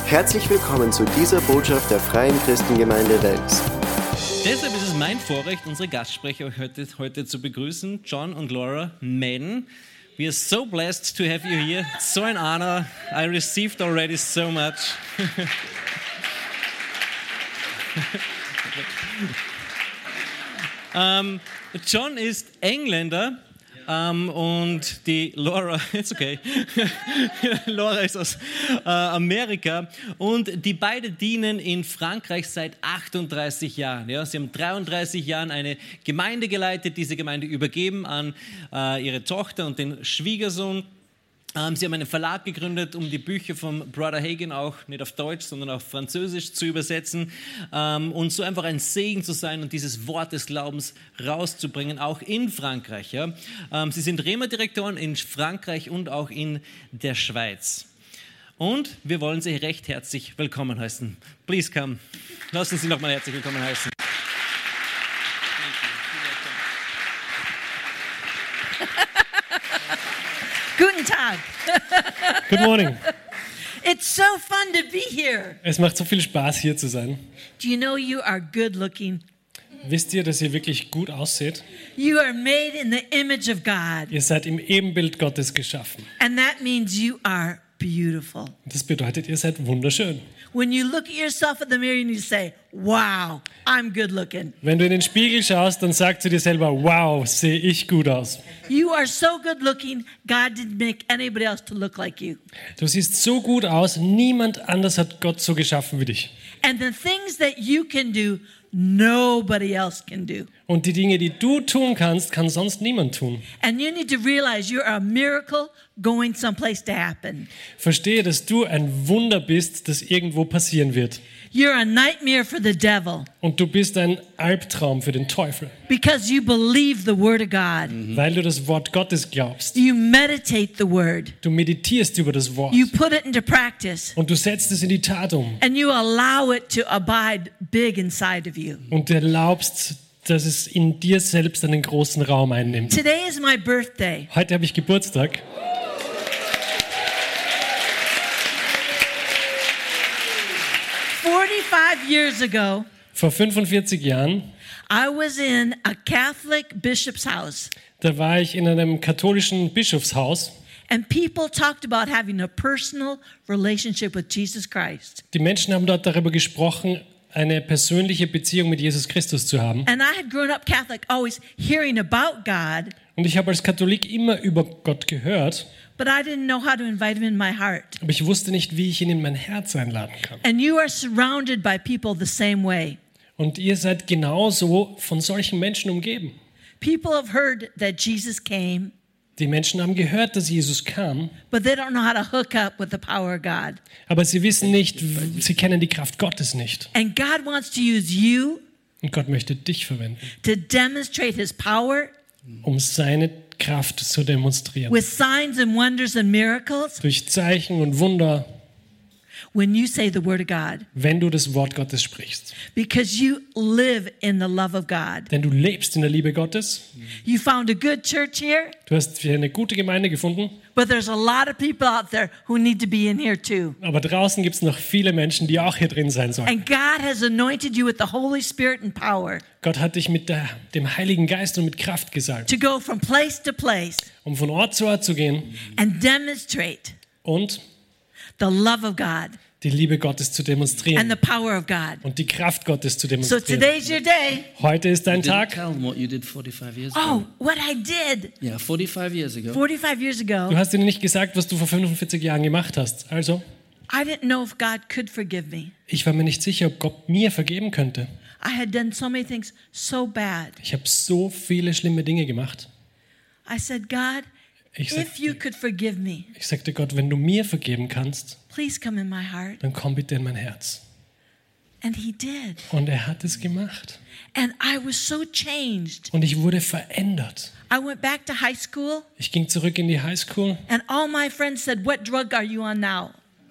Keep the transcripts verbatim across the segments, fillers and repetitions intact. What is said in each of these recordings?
Herzlich willkommen zu dieser Botschaft der Freien Christengemeinde Wels. Deshalb ist es mein Vorrecht, unsere Gastsprecher heute, heute zu begrüßen, John und Laura Madden. We are so blessed to have you here. It's so an honor. I received already so much. um, John ist Engländer. Um, und die Laura, it's okay, Laura ist aus äh, Amerika und die beiden dienen in Frankreich seit achtunddreißig Jahren. Ja? Sie haben dreiunddreißig Jahren eine Gemeinde geleitet, diese Gemeinde übergeben an äh, ihre Tochter und den Schwiegersohn. Ähm, sie haben einen Verlag gegründet, um die Bücher von Brother Hagin auch nicht auf Deutsch, sondern auf Französisch zu übersetzen ähm, und so einfach ein Segen zu sein und dieses Wort des Glaubens rauszubringen, auch in Frankreich. Ja? Ähm, sie sind Rema-Direktoren in Frankreich und auch in der Schweiz. Und wir wollen Sie recht herzlich willkommen heißen. Please come. Lassen Sie nochmal herzlich willkommen heißen. Guten Tag. Good morning. It's so fun to be here. Es macht so viel Spaß, hier zu sein. Do you know you are good looking? Wisst ihr, dass ihr wirklich gut ausseht? You are made in the image of God. Ihr seid im Ebenbild Gottes geschaffen. And that means you are beautiful. Das bedeutet, ihr seid wunderschön. When you look at yourself in the mirror and you say, wow, I'm good looking. Wenn du in den Spiegel schaust, dann sagst du dir selber, wow, sehe ich gut aus. You are so good looking, God didn't make anybody else to look like you. Du siehst so gut aus, niemand anders hat Gott so geschaffen wie dich. And the things that you can do, nobody else can do. Und die Dinge, die du tun kannst, kann sonst niemand tun. And you need to realize you're a miracle going someplace to happen. Verstehe, dass du ein Wunder bist, das irgendwo passieren wird. You're a nightmare for the devil. Und du bist ein Albtraum für den Teufel. Because you believe the word of God. Mhm. Weil du das Wort Gottes glaubst. You meditate the word. Du meditierst über das Wort. You put it into practice. Und du setzt es in die Tat um. And you allow it to abide big inside of you. Und du erlaubst, dass es in dir selbst einen großen Raum einnimmt. Today is my birthday. Heute habe ich Geburtstag. forty-five years ago, vor fünfundvierzig Jahren, I was in a Catholic bishop's house. Da war ich in einem katholischen Bischofshaus. And people talked about having a personal relationship with Jesus Christ. Die Menschen haben dort darüber gesprochen, eine persönliche Beziehung mit Jesus Christus zu haben. And I had grown up Catholic, always hearing about God. Und ich habe als Katholik immer über Gott gehört. But I didn't know how to invite him in my heart. Aber ich wusste nicht, wie ich ihn in mein Herz einladen kann. And you are surrounded by people the same way. Und ihr seid genauso von solchen Menschen umgeben. People have heard that Jesus came. Die Menschen haben gehört, dass Jesus kam. But they don't know how to hook up with the power of God. Aber sie wissen nicht, sie kennen die Kraft Gottes nicht. And God wants to use you. Und Gott möchte dich verwenden. To demonstrate his power. Um seine Kraft zu demonstrieren. With signs and wonders and miracles. Durch Zeichen und Wunder. When you say the word of God. Wenn du das Wort Gottes sprichst. Because you live in the love of God. Denn du lebst in der Liebe Gottes. You found a good church here. Du hast hier eine gute Gemeinde gefunden. But there's a lot of people out there who need to be in here too. Aber draußen gibt es noch viele Menschen, die auch hier drin sein sollen. And God has anointed you with the Holy Spirit and power. Gott hat dich mit der, dem Heiligen Geist und mit Kraft gesalbt. To go from place to place. Um von Ort zu Ort zu gehen. And demonstrate. Und the love of God. Die Liebe Gottes zu demonstrieren. And the power of God. Und die Kraft Gottes zu demonstrieren. So today's your day. Heute ist dein you Tag. Tell them what you did forty-five years ago. Oh, what I did. Yeah, forty-five years ago. forty-five years ago. Du hast ihnen nicht gesagt, was du vor fünfundvierzig Jahren gemacht hast. Also, I didn't know if God could forgive me. Ich war mir nicht sicher, ob Gott mir vergeben könnte. I had done so many things so bad. Ich habe so viele schlimme Dinge gemacht. I said, God, Ich if you sagte, could forgive me, ich sagte Gott, wenn du mir vergeben kannst, please come in my heart. dann komm bitte in mein Herz. And he did. Und er hat es gemacht. And I was so changed. Und ich wurde verändert. I went back to high school. Ich ging zurück in die Highschool. And all my friends said, what drug are you on now?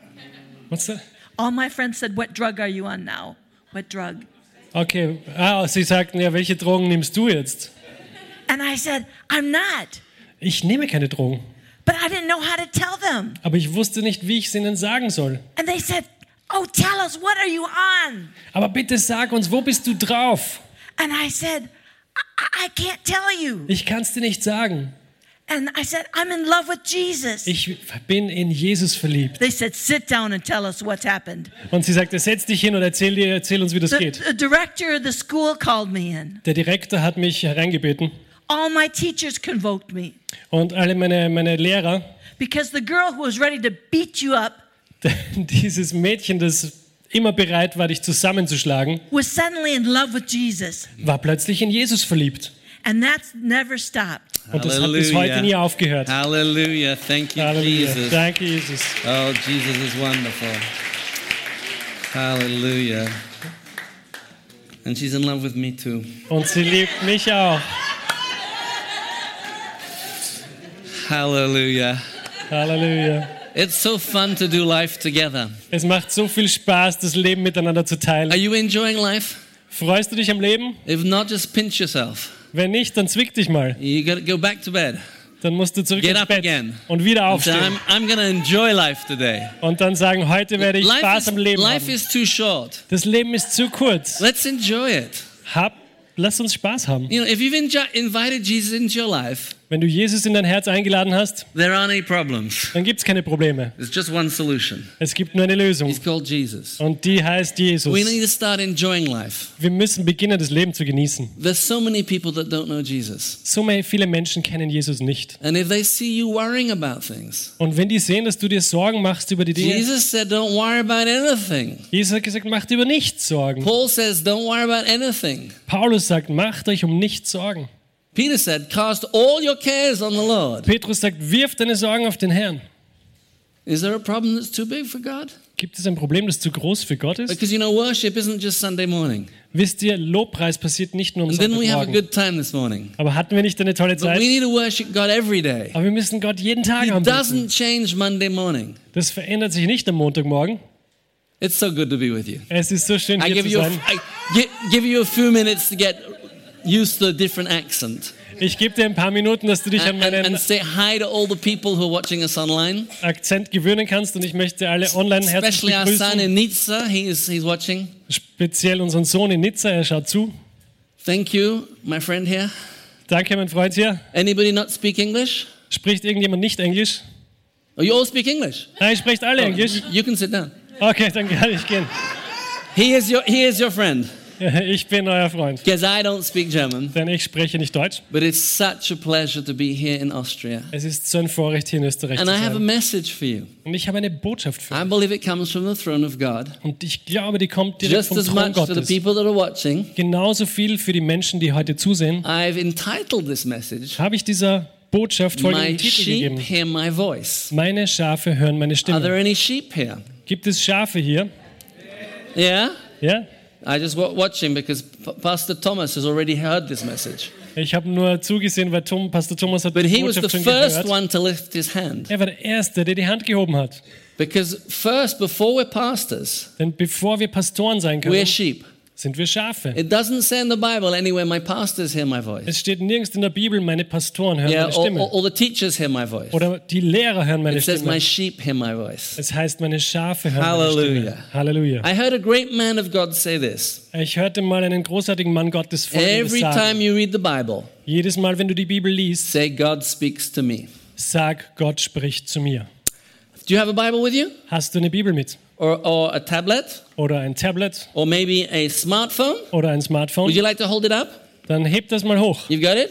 What's that? All my friends said, what drug are you on now? What drug? Okay, ah, sie sagten, ja, welche Drogen nimmst du jetzt? And I said, I'm not. Ich nehme keine Drogen. But I didn't know how to tell them. Aber ich wusste nicht, wie ich es ihnen sagen soll. And they said, oh, tell us, what are you on? Aber bitte sag uns, wo bist du drauf? And I said, I, I can't tell you. Ich kann es dir nicht sagen. And I said, I'm in love with Jesus. Ich bin in Jesus verliebt. They said, sit down and tell us what's happened. Und sie sagte, setz dich hin und erzähl, dir, erzähl uns, wie das The, geht. the director of the school called me in. Der Direktor hat mich hereingebeten All my teachers convoked me und alle meine, meine Lehrer, because the girl who was ready to beat you up dieses Mädchen, das immer bereit war, dich zusammenzuschlagen, was suddenly in love with Jesus. war plötzlich in Jesus verliebt. And that's never stopped. Und das hat bis heute nie aufgehört. Hallelujah. Thank you, Halleluja. Jesus. Danke, Jesus. Oh, Jesus is wonderful. Hallelujah. And she's in love with me too. Und sie liebt mich auch. Hallelujah. Halleluja. It's so fun to do life together. Es macht so viel Spaß, das Leben miteinander zu Are teilen. you enjoying life? Freust du dich am Leben? If not, just pinch yourself. Wenn nicht, dann zwick dich mal. You got to go back to bed. Dann musst du zurück Get ins up Bett again. und wieder And say, aufstehen. I'm, I'm going to enjoy life today. Und dann sagen, heute werde ich Life Spaß is, am Leben life haben. is too short. Das Leben ist zu kurz. Let's enjoy it. Hab, lass uns Spaß haben. You know, if you've enjo- invited Jesus into your life, Wenn du Jesus in dein Herz eingeladen hast, there aren't any problems. dann gibt es keine Probleme. There's just one solution. Es gibt nur eine Lösung. He's called Jesus. Und die heißt Jesus. We need to start enjoying life. Wir müssen beginnen, das Leben zu genießen. There's so many people that don't know Jesus. So viele Menschen kennen Jesus nicht. And if they see you worrying about things, Und wenn die sehen, dass du dir Sorgen machst über die Dinge, Jesus said, don't worry about anything. Jesus hat gesagt, macht über nichts Sorgen. Paul says, don't worry about anything. Paulus sagt, macht euch um nichts Sorgen. Peter said, cast all your cares on the Lord. Petrus sagt, wirf deine Sorgen auf den Herrn. Is there a problem that's too big for God? Gibt es ein Problem, das zu groß für Gott ist? Because you know, worship isn't just Sunday morning. Wisst ihr, Lobpreis passiert nicht nur am And didn't we have a Sonntagmorgen. good time this morning? Aber hatten wir nicht eine tolle But we Zeit? need to worship God every day. Aber wir müssen Gott jeden Tag He anbeten. doesn't change Monday morning. Das verändert sich nicht am Montagmorgen. It's so good to be with you. Es ist so schön, I hier give zu you a, sein. I gi- give you a few minutes to get used to a different accent. Ich gebe dir ein paar Minuten, dass du dich an And, and, meinen and say hi to all the people who are watching us online. Akzent gewöhnen kannst. Und ich möchte alle online herzlich Especially our son begrüßen. in Nizza, he is, he's watching. Speziell unseren Sohn in Nizza, er schaut zu. Thank you, my friend here. Danke, mein Freund hier. Anybody not speak English? Spricht irgendjemand nicht Englisch? Oh, you all speak English? Nein, spricht alle Oh, Englisch. you can sit down. Okay, dann kann ich gehen. He is your, he is your friend. Ich bin euer Freund. Because I don't speak German. Denn ich spreche nicht Deutsch. But it's such a pleasure to be here in Austria. Es ist so ein Vorrecht, hier in Österreich And zu I have a sein. message for you. Und ich habe eine Botschaft für I euch. believe it comes from the throne of God. Und ich glaube, die kommt direkt Just vom as Thron much for the Gottes. people that are watching. Genauso viel für die Menschen, die heute zusehen, I've entitled this message, habe ich dieser Botschaft folgenden My Titel sheep gegeben. hear my voice. Meine Schafe hören meine Are there Stimme. any sheep here? Gibt es Schafe hier? Yeah? Ja? I just wa- watching because P- Pastor Thomas has already heard this message. Ich habe nur zugesehen, weil Tom, Pastor Thomas hat But die he was the Botschaft schon first gehört. one to lift his hand. Er war der Erste, der die Hand gehoben hat. Because first, before we're pastors, Denn bevor wir Pastoren sein we're können, sheep. sind wir Schafe. It doesn't say in the Bible anywhere, my pastors hear my voice. Es steht nirgends in der Bibel, meine Pastoren hören Yeah, meine or, Stimme. or, or the teachers hear my voice. Oder die Lehrer hören meine It says, my Stimme. sheep hear my voice. Es heißt, meine Schafe hören meine Halleluja. Stimme. Halleluja. I heard a great man of God say this. Ich hörte mal einen großartigen Mann Gottes Folgendes Every sagen. time you read the Bible, Jedes Mal, wenn du die Bibel liest, say, God speaks to me. sag, Gott spricht zu mir. Do you have a Bible with you? Hast du eine Bibel mit? Or, or a tablet? Oder ein Tablet? Or maybe a smartphone? Oder ein Would Smartphone? you like to hold it up? Dann heb das mal hoch. You've got it?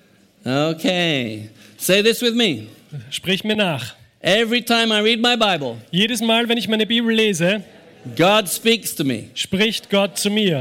Okay. Say this with me. Sprich mir nach. Every time I read my Bible, Jedes Mal, wenn ich meine Bibel lese, God speaks to me. spricht Gott zu mir.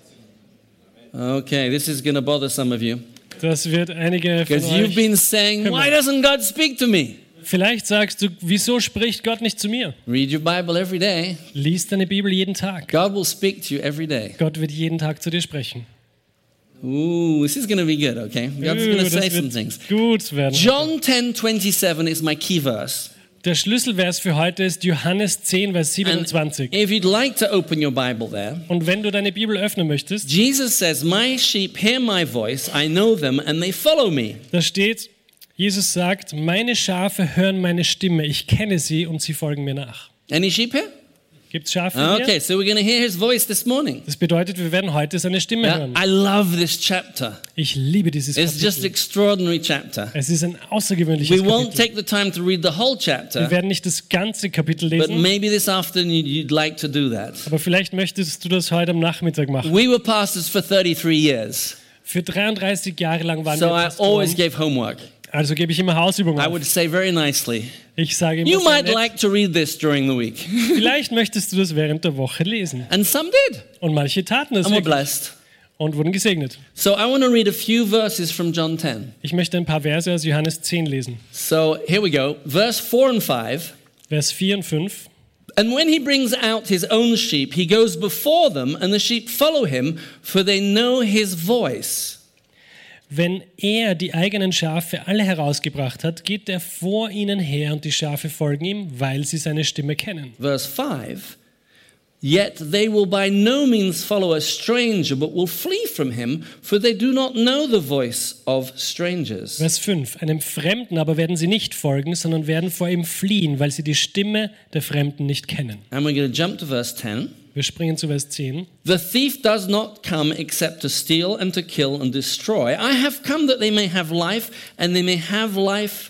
Okay, this is going to bother some of you. Das wird einige von Because you've euch... been saying, why doesn't God speak to me? Vielleicht sagst du, wieso spricht Gott nicht zu mir? Read your Bible every day. Lies deine Bibel jeden Tag. God will speak to you every day. Gott wird jeden Tag zu dir sprechen. Ooh, this is going to be good, okay? God's Uh, going to das say some wird things. gut werden. John ten twenty-seven is my key verse. Der Schlüsselvers für heute ist Johannes zehn, Vers And siebenundzwanzig. if you'd like to open your Bible there, Und wenn du deine Bibel öffnen möchtest, Jesus says, my sheep hear my voice, I know them, and they follow me. da steht, Jesus sagt, meine Schafe hören meine Stimme, ich kenne sie und sie folgen mir nach. Any sheep here? Gibt es Schafe hier? Okay, so we're going to hear his voice this morning. Das bedeutet, wir werden heute seine Stimme Yeah, hören. I love this chapter. Ich liebe dieses It's just Kapitel. extraordinary chapter. Es ist ein außergewöhnliches We won't Kapitel. take the time to read the whole Wir chapter, werden nicht das ganze Kapitel but lesen, maybe this afternoon you'd like to do that. aber vielleicht möchtest du das heute am Nachmittag machen. We were pastors for thirty-three years, Für dreiunddreißig Jahre lang waren so wir I always Pastoren, gave homework. also gebe ich immer Hausübungen I auf. would say very nicely, Ich sage immer you sehr might nett, like to read this during the week. vielleicht möchtest du das während der Woche lesen. And some did, Und manche taten es and we're wirklich blessed. und wurden gesegnet. So I want to read a few verses from John ten. Ich möchte ein paar Verse aus Johannes zehn lesen. So here we go, verse four and five. Vers vier und fünf. And when he brings out his own sheep, he goes before them, and the sheep follow him, for they know his voice. Wenn er die eigenen Schafe alle herausgebracht hat, geht er vor ihnen her und die Schafe folgen ihm, weil sie seine Stimme kennen. Verse five. Yet they will by no means follow a stranger, but will flee from him, for they do not know the voice of strangers. Vers fünf. Einem Fremden aber werden sie nicht folgen, sondern werden vor ihm fliehen, weil sie die Stimme der Fremden nicht kennen. And we're going to jump to verse ten. Wir springen zu Vers zehn. The thief does not come except to steal and to kill and destroy. I have come that they may have life, and they may have life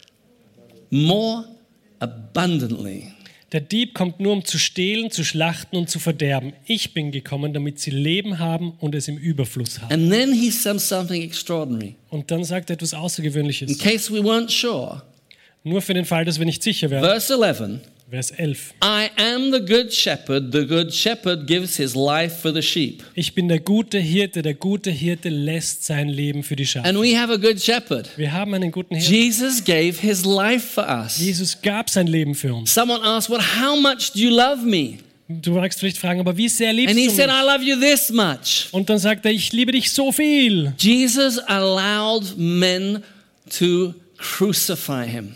more abundantly. Der Dieb kommt nur, um zu stehlen, zu schlachten und zu verderben. Ich bin gekommen, damit sie Leben haben und es im Überfluss haben. And then he says something extraordinary. Und dann sagt er etwas In Außergewöhnliches. case we weren't sure. Nur für den Fall, dass wir nicht sicher wären. Verse eleven. Vers elf. I am the good shepherd. The good shepherd gives his life for the sheep. Ich bin der gute Hirte. Der gute Hirte lässt sein Leben für die Schafe. And we have a good shepherd. Wir haben einen guten Hirten. Jesus gave his life for us. Jesus gab sein Leben für uns. Someone asked, well, how much do you love me? Du magst vielleicht fragen, aber wie sehr liebst And he du said, mich? I love you this much. Und dann sagt er, ich liebe dich so viel. Jesus allowed men to crucify him,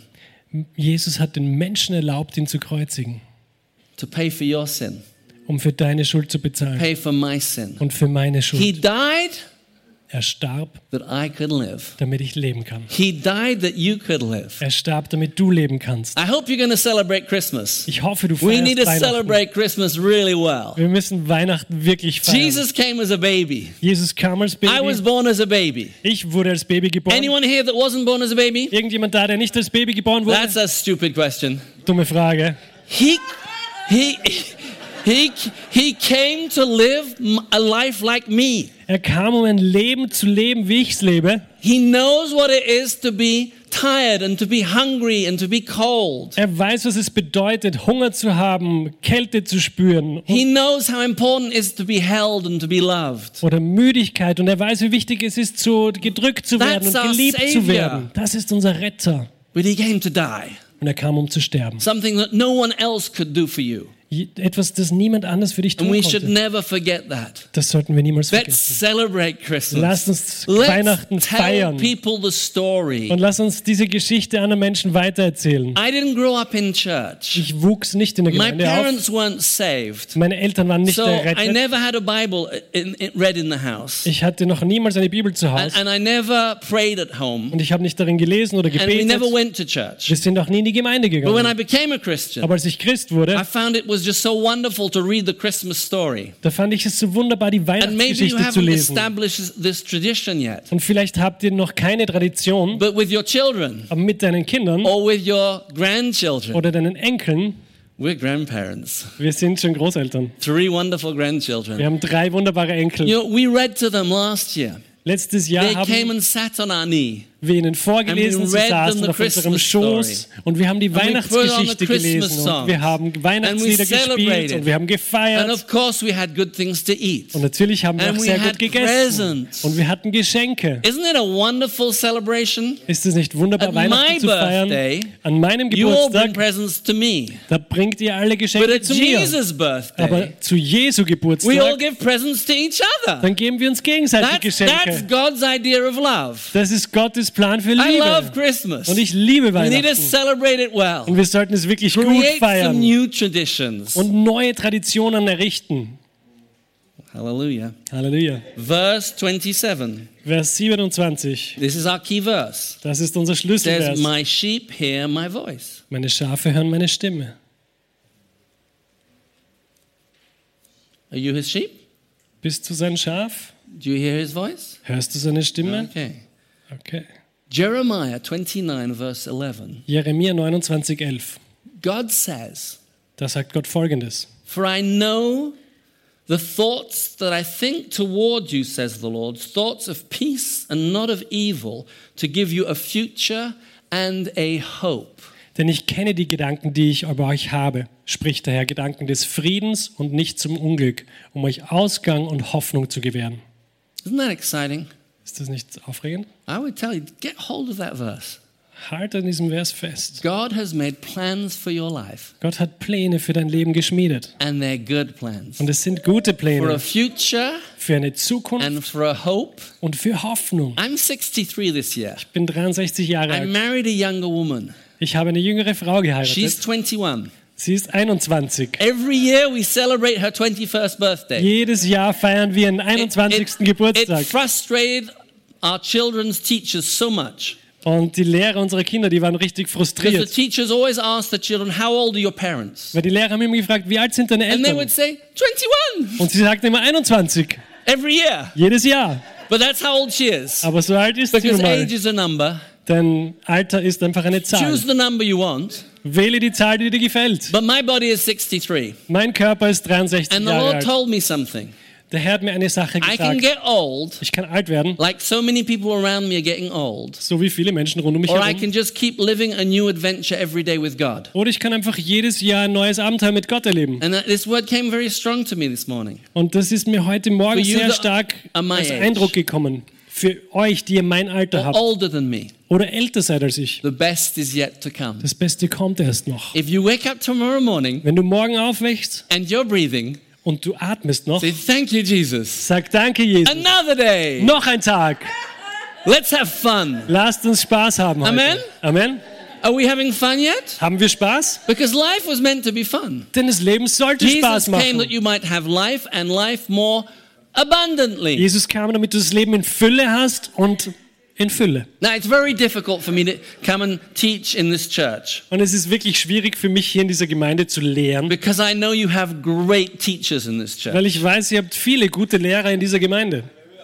Jesus hat den Menschen erlaubt, ihn zu kreuzigen, to pay for your sin, um für deine Schuld zu bezahlen pay for my sin. und für meine He Schuld. died Er starb, that I could live. damit ich leben kann. He died that you could live. Er starb, damit du leben kannst. I hope you're going to celebrate Christmas. Ich hoffe, du We need feierst to Weihnachten. celebrate Christmas really well. Wir müssen Weihnachten wirklich feiern. Jesus came as a baby. Jesus kam als I was Baby. born as a baby. Ich wurde als Baby geboren. Anyone here that wasn't born as a baby? Irgendjemand da, der nicht als Baby geboren wurde? That's a stupid question. Dumme Frage. He, he, he, he came to live a life like me. Er kam, um ein Leben zu leben, wie ich es lebe. He knows what it is to be tired and to be hungry and to be cold. Er weiß, was es bedeutet, Hunger zu haben, Kälte zu spüren He und, knows how important it is to be held and to be loved. oder Müdigkeit. Und er weiß, wie wichtig es ist, so gedrückt zu werden That's und our geliebt zu Savior. werden. Das ist unser Retter. But he came to die. Und er kam, um zu sterben. Something that no one else could do for you. Etwas, das niemand anders für dich And tun we should konnte. never forget that. Das sollten wir niemals Let's vergessen. celebrate Christmas. Lasst uns Let's Weihnachten tell feiern. people the story. Und lass uns diese Geschichte anderen Menschen weitererzählen. I didn't grow up in church. Ich wuchs nicht in der My Gemeinde auf. parents weren't saved. Meine Eltern waren nicht So I errettet. never had a Bible in, in, read in the house. Ich hatte noch niemals eine Bibel zu And, Hause. and I never prayed at home. Und ich habe nicht darin gelesen oder And we gebetet. never went to church. Wir sind auch nie in die Gemeinde But when I gegangen. became a Christian, Aber als ich Christ I wurde, found it was just so wonderful to read the Christmas story. da fand ich es so wunderbar, die And maybe you Weihnachtsgeschichte zu haven't lesen. established this tradition yet. Und vielleicht habt ihr noch keine Tradition, But with your children aber mit deinen Kindern or with your grandchildren, oder deinen Enkeln, we're grandparents. wir sind schon Großeltern. Three wonderful grandchildren. Wir haben drei wunderbare Enkel. You know, we read to them last year. Letztes Jahr They came haben and sat on our knee. wir ihnen vorgelesen, And sie we read them saßen the auf unserem Christmas Schoß story. und wir haben die And we put on the Weihnachtsgeschichte Christmas gelesen und songs. wir haben Weihnachtslieder And we gespielt celebrated. und wir haben And gefeiert of course we had good things to eat. und natürlich haben wir And auch we sehr had gut gegessen presents. und wir hatten Geschenke. Isn't it a wonderful celebration? Ist es nicht wunderbar, At Weihnachten my zu feiern? birthday, An meinem You all bring Geburtstag, presents to me. da bringt ihr alle But Geschenke at zu mir. Jesus' birthday, Aber zu Jesu we all Geburtstag, give presents to each other. dann geben wir uns gegenseitig That's, that's Geschenke. God's idea of love. Das ist Gottes Plan für I love Liebe. Christmas. Und ich liebe We need to Weihnachten. celebrate it well. Und wir sollten es wirklich gut Create some feiern new traditions. und neue Traditionen errichten. Hallelujah. Halleluja. Verse twenty-seven. Vers siebenundzwanzig. This is our key verse. Das ist unser It says, Schlüsselvers. my sheep hear my voice. Meine Schafe hören meine Stimme. Are you his sheep? Bist du sein Schaf? Do you hear his voice? Hörst du seine Stimme? Okay. Okay. Jeremiah twenty-nine, verse eleven. Jeremia neunundzwanzig, elf. God says, Da sagt Gott Folgendes. "For I know the thoughts that I think toward you, says the Lord, thoughts of peace and not of evil, to give you a future and a hope." Denn ich kenne die Gedanken, die ich über euch habe, spricht der Herr, Gedanken des Friedens und nicht zum Unglück, um euch Ausgang und Hoffnung zu gewähren. Isn't that exciting? Ist das nicht aufregend? I would tell you, get hold of that verse. Halt an diesem Vers fest. God has made plans for your life, Gott hat Pläne für dein Leben geschmiedet. and they're good plans. Und es sind gute For a Pläne future für eine Zukunft and for a hope. und für Hoffnung. I'm sixty-three this year. Ich bin dreiundsechzig Jahre I alt. married a younger woman. Ich habe eine jüngere Frau She's geheiratet. twenty-one. Sie ist einundzwanzig. Every year we celebrate her twenty-first birthday. Jedes Jahr feiern wir ihren einundzwanzigsten It Geburtstag. frustrated our children's teachers so much. Und die Lehrer unserer Kinder, die waren richtig Because the frustriert. teachers always ask the children, how old are your parents? Weil die Lehrer haben immer gefragt, wie alt sind deine And they Eltern? would say, twenty-one, Und sie sagten immer einundzwanzig. every year. Jedes Jahr. But that's how old she is. Aber so alt ist sie Because nun mal. age is a number. Denn Alter ist einfach eine Zahl. Choose the number you want. Wähle die Zahl, die dir gefällt. But my body is sixty-three. Mein Körper ist dreiundsechzig And the Jahre Lord alt. told me something. Der Herr hat mir eine Sache I can gesagt. get old, Ich kann alt werden, like so many people around me are getting old. so wie viele Menschen rund um mich Or I herum. can just keep living a new adventure every day with God. Oder ich kann einfach jedes Jahr ein neues Abenteuer mit Gott erleben. And that, this word came very strong to me this morning. Und das ist mir heute Morgen For you sehr that stark are my als age. Eindruck gekommen. Für euch, die ihr mein Alter Or habt older than me. oder älter seid als ich. The best is yet to come. Das Beste kommt erst noch. If you wake up tomorrow morning Wenn du morgen aufwächst and you're breathing, und du atmest noch, say, thank you, Jesus. sag danke, Jesus. Another day. Noch ein Tag. Let's have fun. Lasst uns Spaß haben heute. Amen. Amen. Are we having fun yet? Haben wir Spaß? Because life was meant to be fun. Denn das Leben sollte Jesus Spaß came machen. that you might have life and life more abundantly. Jesus kam, damit du das Leben in Fülle hast und in Fülle. Now, it's very difficult for me to come and teach in this church Und es ist wirklich schwierig für mich, hier in dieser Gemeinde zu lehren, because I know you have great teachers in this church. weil ich weiß, ihr habt viele gute Lehrer in dieser Gemeinde.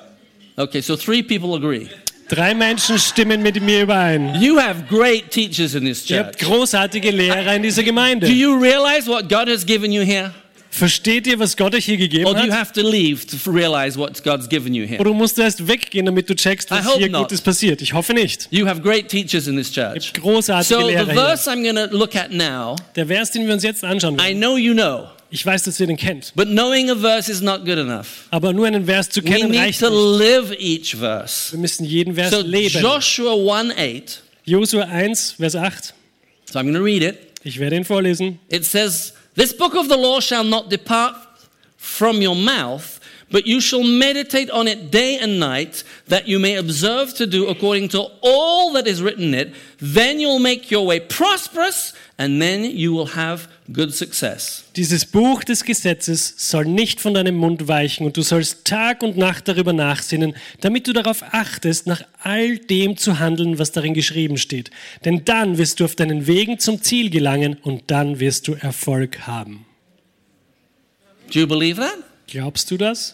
Okay, so three people agree. Drei Menschen stimmen mit mir überein. You have great teachers in this Ihr habt church. großartige Lehrer in dieser Gemeinde. Do you realize what God has given you here? Versteht ihr, was Gott euch hier gegeben Or do you hat? have to leave to realize what God's given you here? Oder musst du erst weggehen, damit du checkst, I was hope hier not. Gutes passiert? Ich hoffe nicht. You have great teachers in this Ihr church. habt großartige So the Lehrer hier. verse I'm going to look at now, Der Vers, den wir uns jetzt anschauen I werden, know you know, ich weiß, dass ihr den kennt. but knowing a verse is not good enough. Aber nur einen Vers zu We kennen need reicht to nicht. live each verse. Wir müssen jeden Vers So leben. Joshua one eight, Josua eins, Vers acht. so I'm going to read it. Ich werde ihn vorlesen. It says, "This book of the law shall not depart from your mouth, but you shall meditate on it day and night, that you may observe to do according to all that is written in it. Then you'll make your way prosperous, and then you will have good success." Dieses Buch des Gesetzes soll nicht von deinem Mund weichen und du sollst Tag und Nacht darüber nachsinnen, damit du darauf achtest, nach all dem zu handeln, was darin geschrieben steht. Denn dann wirst du auf deinen Wegen zum Ziel gelangen und dann wirst du Erfolg haben. Do you believe that? Glaubst du das?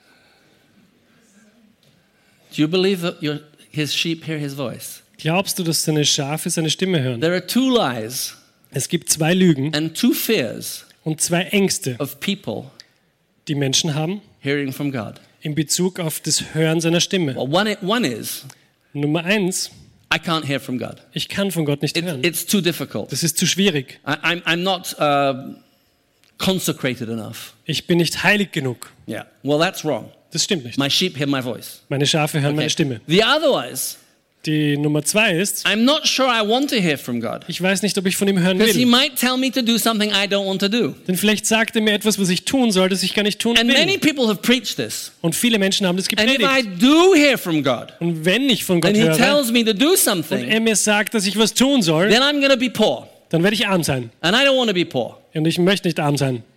Do you believe that your, his sheep hear his voice? Glaubst du, dass deine Schafe seine Stimme hören? There are two lies Es gibt zwei Lügen and two fears und zwei Ängste, of people die Menschen haben hearing from God. in Bezug auf das Hören seiner Stimme. Well, one, one is, Nummer eins, I can't hear from God. ich kann von Gott nicht It, hören. it's too difficult. Das ist zu schwierig. I, I'm, I'm not uh, consecrated enough. Ich bin nicht heilig genug. Yeah. Well, that's wrong. Das stimmt nicht. My sheep hear my voice. Meine Schafe hören meine Stimme. The other is, Die Nummer zwei ist, I'm not sure I want to hear from God. ich weiß nicht, ob ich von ihm hören Because he will. might tell me to do something I don't want to do. Denn vielleicht sagt er mir etwas, was ich tun soll, das ich gar nicht tun And many will. people have preached this. Und viele Menschen haben das And if I gepredigt. do hear from God, Und wenn ich von Gott and he höre tells me to do und something, er mir sagt, dass ich was tun soll, then I'm going to be poor. dann werde ich arm sein. And I don't want to be poor. Und ich möchte nicht arm sein.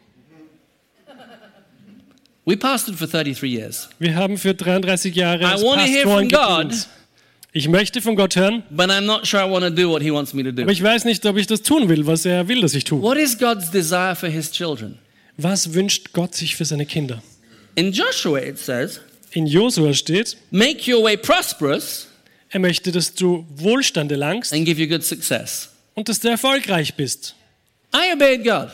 We pastored for thirty-three years. Wir haben für dreiunddreißig Jahre als I wanna hear Pastoren from God. gedient. Ich möchte von Gott hören, But I'm not sure I want to do what he wants me to do. aber ich weiß nicht, ob ich das tun will, was er will, dass ich tue. What is God's desire for his children? Was wünscht Gott sich für seine Kinder? In Joshua it says, In Josua steht, make your way prosperous er möchte, dass du Wohlstand erlangst and give you good success. und dass du erfolgreich bist. I obeyed God.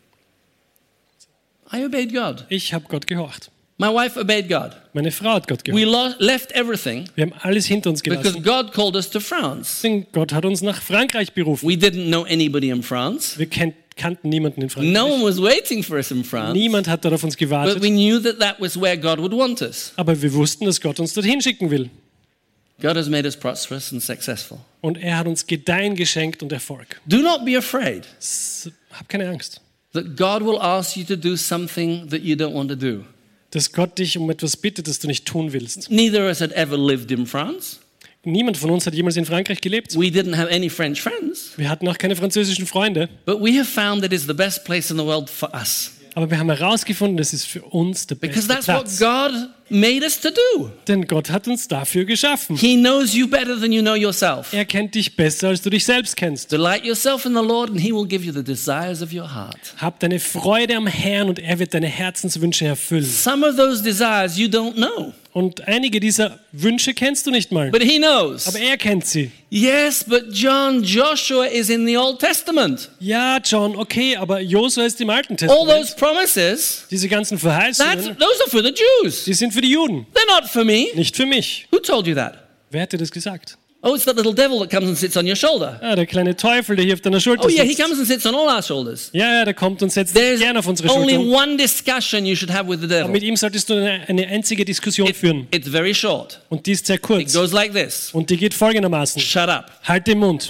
I obeyed God. Ich habe Gott gehorcht. My wife obeyed God. Meine Frau hat Gott We gehorcht. lo- left everything Wir haben alles hinter uns because gelassen. God called us to France. Denn Gott hat uns nach Frankreich berufen. We didn't know anybody in France. Wir kennt, kannten niemanden in No one Frankreich. was waiting for us in France. Niemand hat dort auf uns But gewartet. we knew that that was where God would want us. Aber wir wussten, dass Gott uns dorthin schicken will. God has made us prosperous and successful. Und er hat uns Gedeihen geschenkt und Erfolg. Do not be afraid S- Hab keine Angst, that God will ask you to do something that you don't want to do. dass Gott dich um etwas bittet, das du nicht tun willst. Neither of us had ever lived in France. Niemand von uns hat jemals in Frankreich gelebt. We didn't have any French friends. Wir hatten auch keine französischen Freunde. But we have found that it's the best place in the world for us. Aber wir haben herausgefunden, das ist für uns der Because beste that's what Platz. God made us to do. Denn Gott hat uns dafür geschaffen. He knows you better than you know yourself. Er kennt dich besser, als du dich selbst kennst. Delight yourself in the Lord and He will give you the desires of your heart. Hab deine Freude am Herrn und er wird deine Herzenswünsche erfüllen. Some of those desires you don't know, Und einige dieser Wünsche kennst du nicht mal. but He knows. Aber er kennt sie. Yes, but John, Joshua is in the Old Testament. Ja, John, okay, aber Josua ist im Alten All Testament. those promises, Diese ganzen that's, Verheißungen, those are for the Jews. die sind für die Juden, They're not for me. nicht für mich. Who told you that? Wer hat dir das gesagt? Oh, it's that little devil that comes and sits on your shoulder. Ah, der kleine Teufel, der hier auf deiner Schulter Oh yeah, he sitzt. comes and sits on all our shoulders. Ja, ja, der kommt und setzt sich There's gerne auf unsere only Schulter. one discussion you should have with the Aber devil. mit ihm solltest du eine, eine einzige Diskussion It- führen. it's very short. Und die ist sehr It kurz. goes like this. Und die geht folgendermaßen. Shut up. Halt den Mund.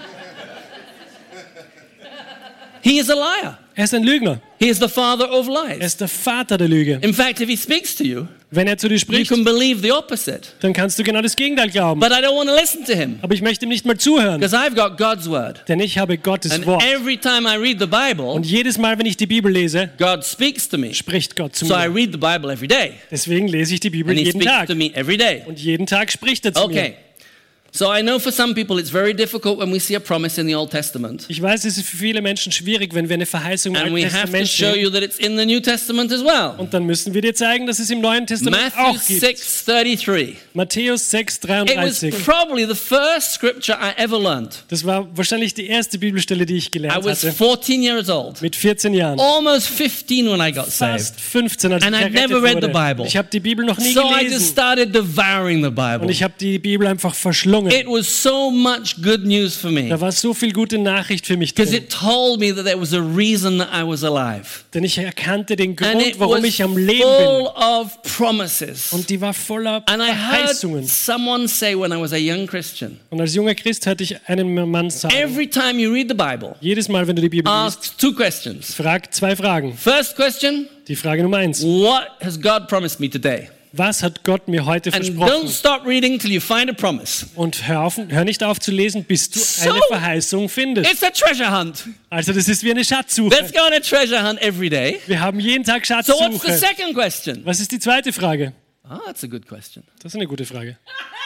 He is a liar. Er ist ein Lügner. He is the father of Er lies. ist der Vater der Lüge. In fact, if he speaks to you, Wenn er zu dir you spricht, can believe the opposite. dann kannst du genau das Gegenteil glauben. But I don't want to listen to him Aber ich möchte ihm nicht mal zuhören, because I've got God's word. denn ich habe Gottes And Wort. every time I read the Bible, Und jedes Mal, wenn ich die Bibel lese, God speaks to me. spricht Gott zu So I mir. read the Bible every day. Deswegen lese ich die Bibel And he jeden speaks Tag. to me every day. Und jeden Tag spricht er zu mir. Okay. So I know for some people it's very difficult when we see a promise in the Old Testament. Ich weiß, es ist für viele Menschen schwierig, wenn wir eine Verheißung im And Alten we have to Testament show sehen. you that it's in the New Testament as well. Und dann müssen wir dir zeigen, dass es im Neuen Testament Matthew auch gibt. six thirty-three. Matthäus sechs It was dreiunddreißig. probably the first scripture I ever learned. Das war wahrscheinlich die erste Bibelstelle, die ich I gelernt was hatte. fourteen years old, Mit vierzehn Jahren. almost fifteen when I got saved. Fast fünfzehn, als And ich I'd errettet never read the wurde. Bible. Ich habe die Bibel noch nie So I just gelesen. started devouring the Und Bible. ich habe die Bibel einfach verschlungen. It was so much good news for me Da war so viel gute Nachricht für mich because drin. it told me that there was a reason that I was alive. Denn ich erkannte den And Grund, it warum was ich am Leben full bin. of promises. Und die war voller And I heard Verheißungen. someone say when I was a young Christian, Und als junger Christ hörte ich einen Mann sagen, every time you read the Bible, jedes Mal, wenn du die Bibel liest, ask two questions. frag zwei Fragen. First question, Die Frage Nummer eins. what has God promised me today? Was hat Gott mir heute And versprochen? don't stop reading till you find a promise. Und hör, auf, hör nicht auf zu lesen, bis du So- eine Verheißung findest. It's a treasure hunt. Also das ist wie eine Schatzsuche. Let's go on a treasure hunt every day. Wir haben jeden Tag So what's the Schatzsuche. second question? Was ist die zweite Frage? Ah, that's a good question. Das ist eine gute Frage.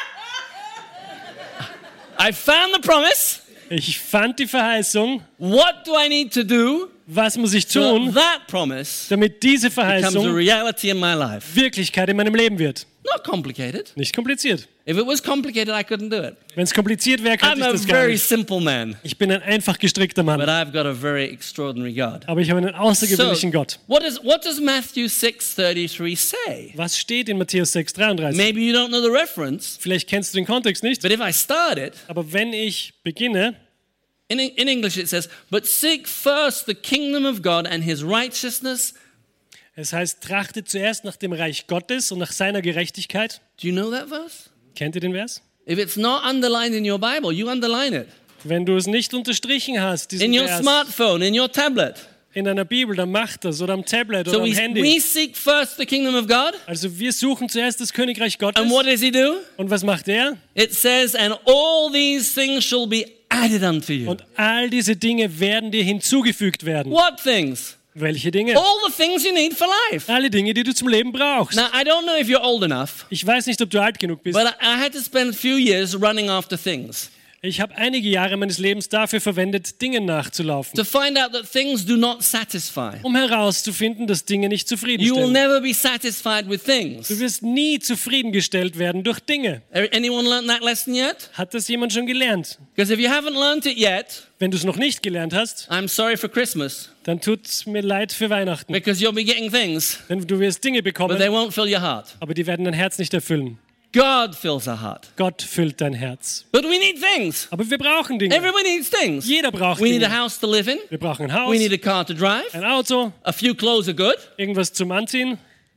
I found the promise. Ich fand die Verheißung. What do I need to do Was muss ich so tun, that promise damit diese becomes a Verheißung reality in my life? Wirklichkeit in meinem Leben wird? Not complicated. Nicht kompliziert. If it was complicated, I couldn't do it. Wenn es kompliziert wäre, könnte I'm ich a das gar very nicht. simple man, Ich bin ein einfach gestrickter but Mann. I've got a very extraordinary God. Aber ich habe einen außergewöhnlichen Gott. what, is, what does Matthew six thirty-three say? Was steht in Matthäus sechs dreiunddreißig? Maybe you don't know the reference, Vielleicht kennst du den Kontext nicht. but if I start it, Aber wenn ich beginne, in, in English it says, but seek first the kingdom of God and his righteousness. es heißt, trachtet zuerst nach dem Reich Gottes und nach seiner Gerechtigkeit. Do you know that verse? Kennt ihr den Vers? If it's not underlined in your Bible, you underline it. Wenn du es nicht unterstrichen hast, diesen In your Vers smartphone, in your tablet. in deiner Bibel, dann mach das oder am Tablet oder So am we, Handy. we seek first the kingdom of God. Also wir suchen zuerst das Königreich Gottes. And what does he do? Und was macht er? It says, and all these things shall be added unto you. Und all diese Dinge werden dir hinzugefügt werden. What things? Welche Dinge? All the things you need for life. Alle Dinge, die du zum Leben brauchst. Now, I don't know if you're old enough, Ich weiß nicht, ob du alt genug bist, but I, I had to spend a few years running after things. Ich habe einige Jahre meines Lebens dafür verwendet, Dingen nachzulaufen, to find out that things do not satisfy. um herauszufinden, dass Dinge nicht You will zufriedenstellen. never be satisfied with things. Du wirst nie zufriedengestellt werden durch Dinge. Anyone learned that lesson yet? Hat das jemand schon gelernt? Because if you haven't learned it yet, Wenn du es noch nicht gelernt hast, I'm sorry for Christmas, dann tut es mir leid für Weihnachten. because you'll be getting things, Denn du wirst Dinge but bekommen, they won't fill your heart. aber die werden dein Herz nicht erfüllen. God fills our heart. Gott füllt dein Herz. But we need things. Aber wir brauchen Dinge. Everybody needs things. Jeder braucht We need a Dinge. house to live in. Wir brauchen ein We Haus, need a car to drive. ein Auto, A few clothes are good. irgendwas zum Anziehen.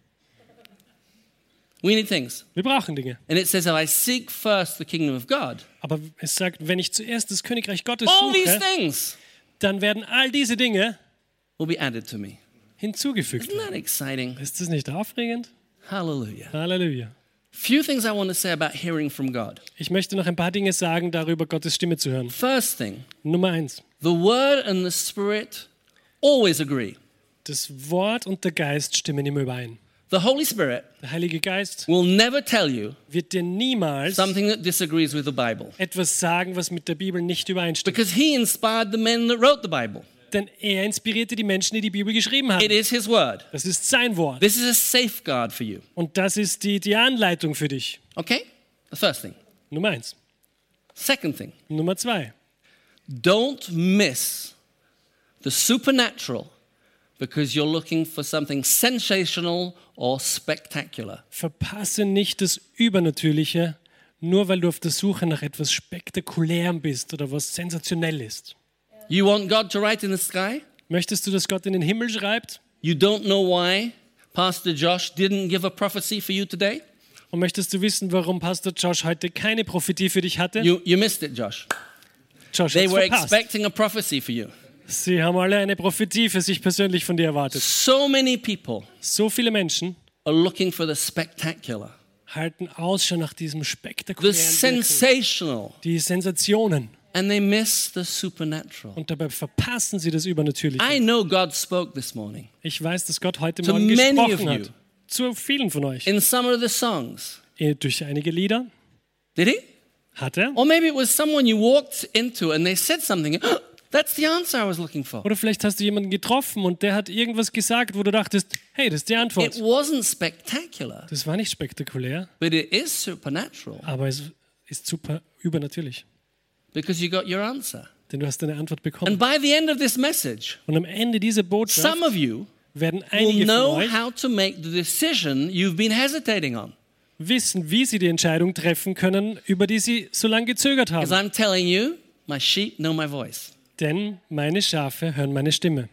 We need things. Wir brauchen Dinge. And it says, if I seek first the kingdom of God, Aber es sagt, wenn ich zuerst das Königreich Gottes all these suche, things dann werden all diese Dinge will be added to me. hinzugefügt Isn't werden. that exciting? Ist das nicht aufregend? Hallelujah. Halleluja. Few things I want to say about hearing from God. Ich möchte noch ein paar Dinge sagen, darüber Gottes Stimme zu hören. First thing, Nummer eins. the word and the spirit always agree. Das Wort und der Geist stimmen immer überein. The Holy Spirit Der Heilige Geist will never tell you wird dir niemals something that disagrees with the Bible, etwas sagen, was mit der Bibel nicht übereinstimmt. because he inspired the men that wrote the Bible. Denn er inspirierte die Menschen, die die Bibel geschrieben It haben. is his word. Das ist sein Wort. This is a safeguard for you. Und das ist die, die Anleitung für dich. Okay? The first thing. Nummer eins. Second thing, Nummer zwei. don't miss the supernatural because you're looking for something sensational or spectacular. Verpasse nicht das Übernatürliche, nur weil du auf der Suche nach etwas Spektakulärem bist oder was sensationell ist. You want God to write in the sky? Möchtest du, dass Gott in den Himmel schreibt? You don't know why Pastor Josh didn't give a prophecy for you today? Und möchtest du wissen, warum Pastor Josh heute keine Prophetie für dich hatte? You, you missed it, Josh. Josh They hat's were verpasst. expecting a prophecy for you. Sie haben alle eine Prophetie für sich persönlich von dir erwartet. So many people So viele Menschen are looking for the spectacular, halten Ausschau nach diesem the spektakulären Wirken, sensational, die Sensationen. and they miss the supernatural. Und dabei verpassen sie das Übernatürliche. I know God spoke this morning. Ich weiß, dass Gott heute To Morgen many of gesprochen you. hat. Zu vielen von euch. In some of the songs. Eh, Durch einige Lieder Did he? hat er. Or maybe it was someone you walked into and they said something. That's the answer I was looking for. Oder vielleicht hast du jemanden getroffen und der hat irgendwas gesagt, wo du dachtest, hey, das ist die It Antwort. wasn't spectacular, Das war nicht spektakulär, but it is supernatural aber es ist super übernatürlich. because you got your answer. Denn du hast deine Antwort And bekommen. by the end of this message, Und am Ende dieser Botschaft some of you werden will einige von know euch how to make the decision you've been hesitating on. wissen, wie sie die Entscheidung treffen können, über die sie so lange gezögert Because haben. I'm telling you, my sheep know my voice. Denn meine Schafe hören meine Stimme.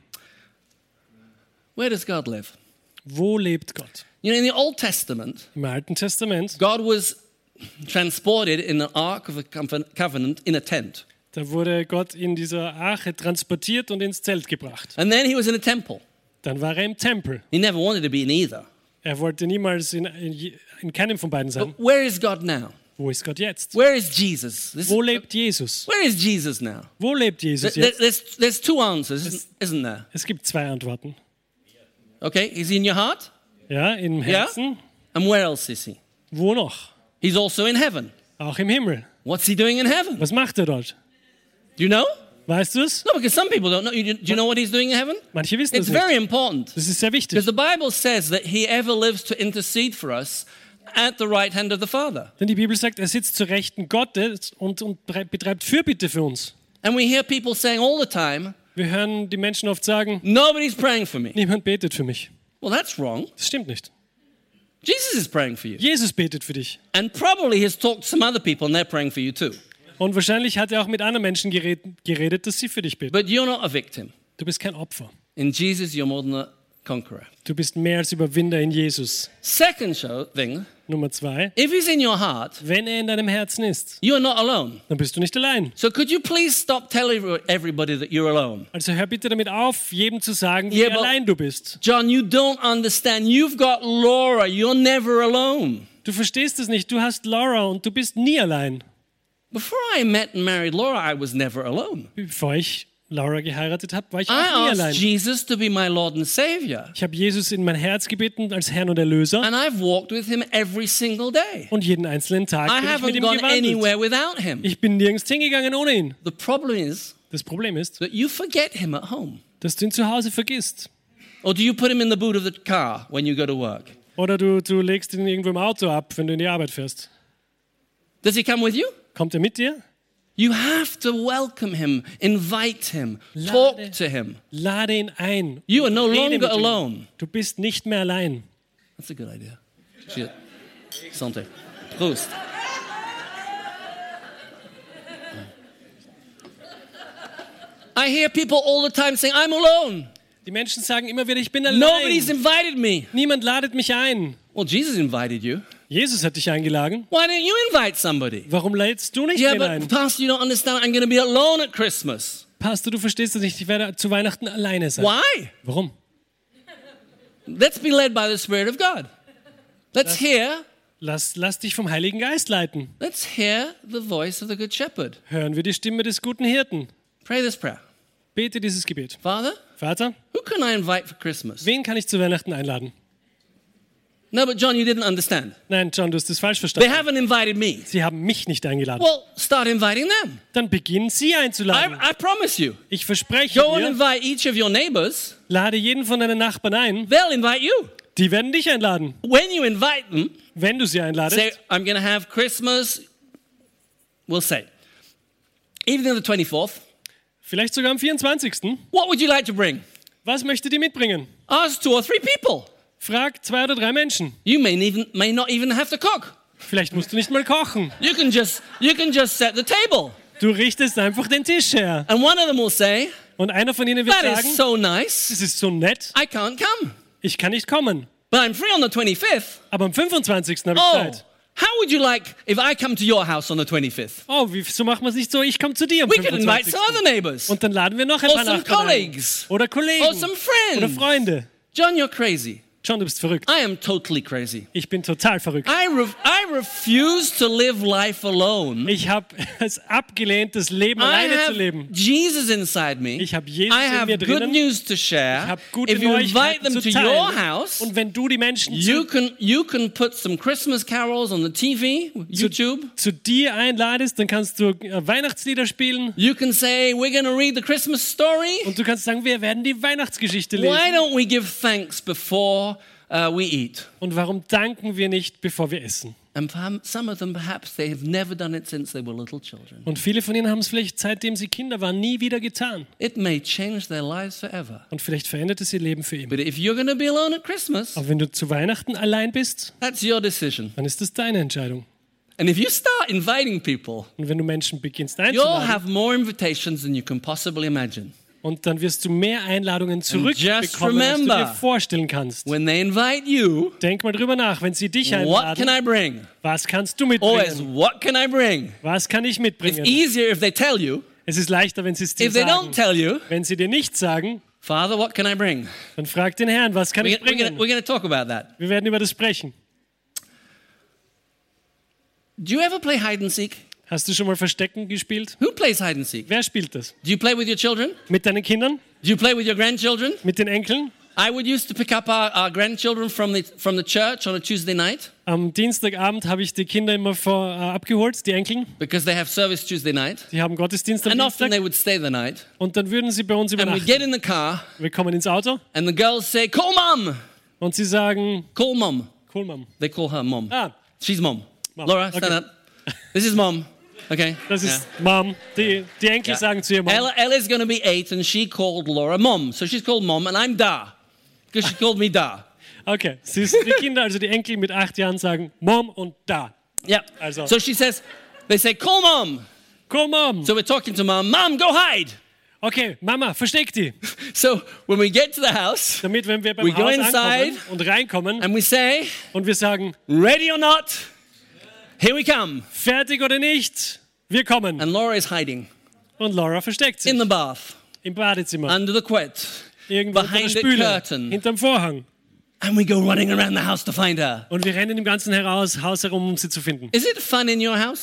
Where does God live? Wo lebt Gott? You know, in the Old Testament, Im Alten Testament, God was transported in the Ark of the Covenant in a tent. da wurde Gott in dieser Arche transportiert und ins Zelt gebracht. And then he was in a temple. Dann war er im Tempel. He never wanted to be in either. Er wollte niemals in, in, je- in keinem von beiden sein. But where is God now? Wo ist Gott jetzt? Where is Jesus? This- Wo lebt Jesus? where is Jesus now? Wo lebt Jesus There- jetzt? There's, there's two answers, isn't- isn't there? Es gibt zwei Antworten. Okay, is he in your heart? Ja, im Yeah? Herzen. And where else is he? Wo noch? He's also in heaven. Auch im Himmel. What's he doing in heaven? Was macht er dort? Do you know? Weißt du es? No, because some people don't know. You- Do you know what he's doing in heaven? Manche wissen It's es nicht. very important. Das ist sehr wichtig. Because the Bible says that he ever lives to intercede for us at the right hand of the Father. Denn die Bibel sagt, er sitzt zur Rechten Gottes und, und bre- betreibt Fürbitte für uns. And we hear people saying all the time, Wir hören die Menschen oft sagen, nobody's praying for me. niemand betet für mich. Well, that's wrong. Das stimmt nicht. Jesus is praying for you. Jesus betet für dich. And probably he's talked to some other people and they're praying for you too. Und wahrscheinlich hat er auch mit anderen Menschen geredet, geredet, dass sie für dich beten. But you're not a victim. Du bist kein Opfer. In Jesus, you're more than a conqueror. Du bist mehr als Überwinder in Jesus. Second show thing, Nummer zwei, if he's in your heart, wenn er in deinem Herzen ist, you are not alone. dann bist du nicht allein. So could you please stop telling everybody that you're alone? Also hör bitte damit auf, jedem zu sagen, wie Yeah, but- allein du bist. John, you don't understand. You've got Laura. You're never alone. Du verstehst es nicht. Du hast Laura und du bist nie allein. Before I met and married Laura, I was never alone. Bevor ich Laura geheiratet habe, war ich I auch nie asked allein. Jesus to be my Lord and Savior. Ich habe Jesus in mein Herz gebeten als Herrn und Erlöser And I've walked with him every single day. und jeden einzelnen Tag I bin ich mit haven't ihm gone gewandelt. anywhere without him. Ich bin nirgends hingegangen ohne ihn. The problem is Das Problem ist, that you forget him at home. dass du ihn zu Hause vergisst. Or do you put him in the boot of the car when you go to work? Oder du, du legst ihn irgendwo im Auto ab, wenn du in die Arbeit fährst. Does he come with you? Kommt er mit dir? You have to welcome him, invite him, talk Lade. to him. Lade ihn ein. You are no Rede mit longer ihm. alone. Du bist nicht mehr allein. That's a good idea. Cheers. Santé. Prost. I hear people all the time saying, I'm alone. Die Menschen sagen immer wieder, ich bin allein. Nobody's invited me. Niemand ladet mich ein. Well, Jesus invited you. Jesus hat dich eingeladen. Why don't you invite somebody? Warum lädst du nicht Yeah, wen but ein? Pastor, you don't understand. I'm going to be alone at Christmas. Pastor, du verstehst das nicht. Ich werde zu Weihnachten alleine sein. Why? Warum? Let's be led by the Spirit of God. Let's hear, Lass, lass dich vom Heiligen Geist leiten. let's hear the voice of the Good Shepherd. Hören wir die Stimme des guten Hirten. Pray this prayer. Bete dieses Gebet. Father, Vater, who can I invite for Christmas? wen kann ich zu Weihnachten einladen? No, but John, you didn't understand. Nein, John, du hast das falsch They verstanden. haven't invited me. Sie haben mich nicht eingeladen. Well, start inviting them. Dann beginnen Sie I, einzuladen. I promise you. Ich verspreche Go and dir, invite each of your neighbors. lade jeden von deinen Nachbarn ein. They'll invite you. Die werden dich einladen. When you invite them, Wenn du sie einladest, say, I'm going to have Christmas, we'll say, evening of the twenty-fourth. vielleicht sogar am vierundzwanzigsten What would you like to bring? Was möchtet ihr mitbringen? Ask two or three people. Frag zwei oder drei Menschen. You may, even, may not even have to cook. Vielleicht musst du nicht mal kochen. You can just you can just set the table. Du richtest einfach den Tisch her. And one of them will say, Und einer von ihnen wird that sagen, is so nice. das ist so nett, I can't come. ich kann nicht kommen. But I'm free on the twenty-fifth. Aber am fünfundzwanzigsten habe ich Oh, Zeit. how would you like if I come to your house on the twenty-fifth? Oh, wieso machen wir es nicht so? Ich komme zu dir am We could invite some fünfundzwanzigsten other neighbors. Und dann laden wir noch ein Or paar some Nachbarn ein. colleagues. Oder Kollegen. Or some Oder friends. Freunde. John, you're crazy. John, du bist verrückt. I am totally crazy. Ich bin total verrückt. I, re- I refuse to live life alone. Ich habe es abgelehnt, das Leben I alleine zu have leben. Jesus inside me. Ich habe Jesus I in have mir good drinnen. news to Ich share. habe gute If you invite Neuigkeiten them zu to your teilen. house, Und wenn du die Menschen you zu, can you can put some Christmas carols on the T V, YouTube. zu dir einladest, dann kannst du äh, Weihnachtslieder spielen. You can say we're going to read the Christmas story. Und du kannst sagen, wir werden die Weihnachtsgeschichte Why lesen. don't we give thanks before uh, we eat? Und warum danken wir nicht, bevor wir essen? And perhaps- some of them, perhaps they have never done it since they were little children. Und viele von ihnen haben es vielleicht, seitdem sie Kinder waren, nie wieder getan. It may change their lives forever. Und vielleicht verändert es ihr Leben für immer. But if you're going to be alone at Christmas, Aber wenn du zu Weihnachten allein bist, that's your decision. dann ist das deine Entscheidung. And if you start inviting people, Und wenn du Menschen beginnst you'll einzuladen, have more invitations than you can possibly imagine. und dann wirst du mehr Einladungen just zurückbekommen, als du remember, dir vorstellen kannst. When they invite you, Denk mal drüber nach, wenn sie dich what can einladen, I bring? was kannst du Always, mitbringen? what can I bring? Was kann ich It's mitbringen? easier if they tell you. Es ist leichter, wenn sie es dir If they don't sagen. tell you, Wenn sie dir nicht sagen, Father, what can I bring? dann frag den Herrn, was kann We're, ich we're bringen? going to talk about that. Wir werden über das sprechen. Do you ever play hide and seek? Hast du schon mal Verstecken gespielt? Who plays hide and seek? Wer spielt das? Do you play with your children? Mit deinen Kindern? Do you play with your grandchildren? Mit den Enkeln? I would used to pick up our, our grandchildren from the, from the church on a Tuesday night Am Dienstagabend habe ich die Kinder immer vor, äh, abgeholt, die Enkeln. because they have service Tuesday night. Die haben Gottesdienst am And often Dienstag. they would stay the night. Und dann würden sie bei uns And we übernachten. get in the car Wir kommen ins Auto and the girls say, call mom. und sie sagen, Call mom. cool, Mom. They call her mom. Ah, She's mom. Mom. Laura, stand Okay. up. This is mom. Okay. das ist Mom. Die, die Enkel Yeah. sagen zu ihr Mom. Ella, Ella's going to be eight and she called Laura mom. So she's called mom and I'm Da. Because she called me Da. Okay, sie ist, die Kinder, also die Enkel mit acht Jahren sagen Mom und da. Yeah. Also. So she says, they say, call mom. Cool, Mom. So we're talking to mom. Mom, go hide. Okay, Mama, versteck die. So when we get to the house Damit, wenn wir beim We go Haus inside. ankommen und reinkommen and we say, und wir sagen, ready or not, here we come. fertig oder nicht, wir kommen. And Laura is hiding Und Laura versteckt sich in the bath, im Badezimmer, under the quilt. irgendwo unter der behind the Spüle, curtain. hinterm Vorhang. And we go running around the house to find her. Und wir rennen im ganzen heraus, Haus herum, um sie zu finden. Is it fun in your house?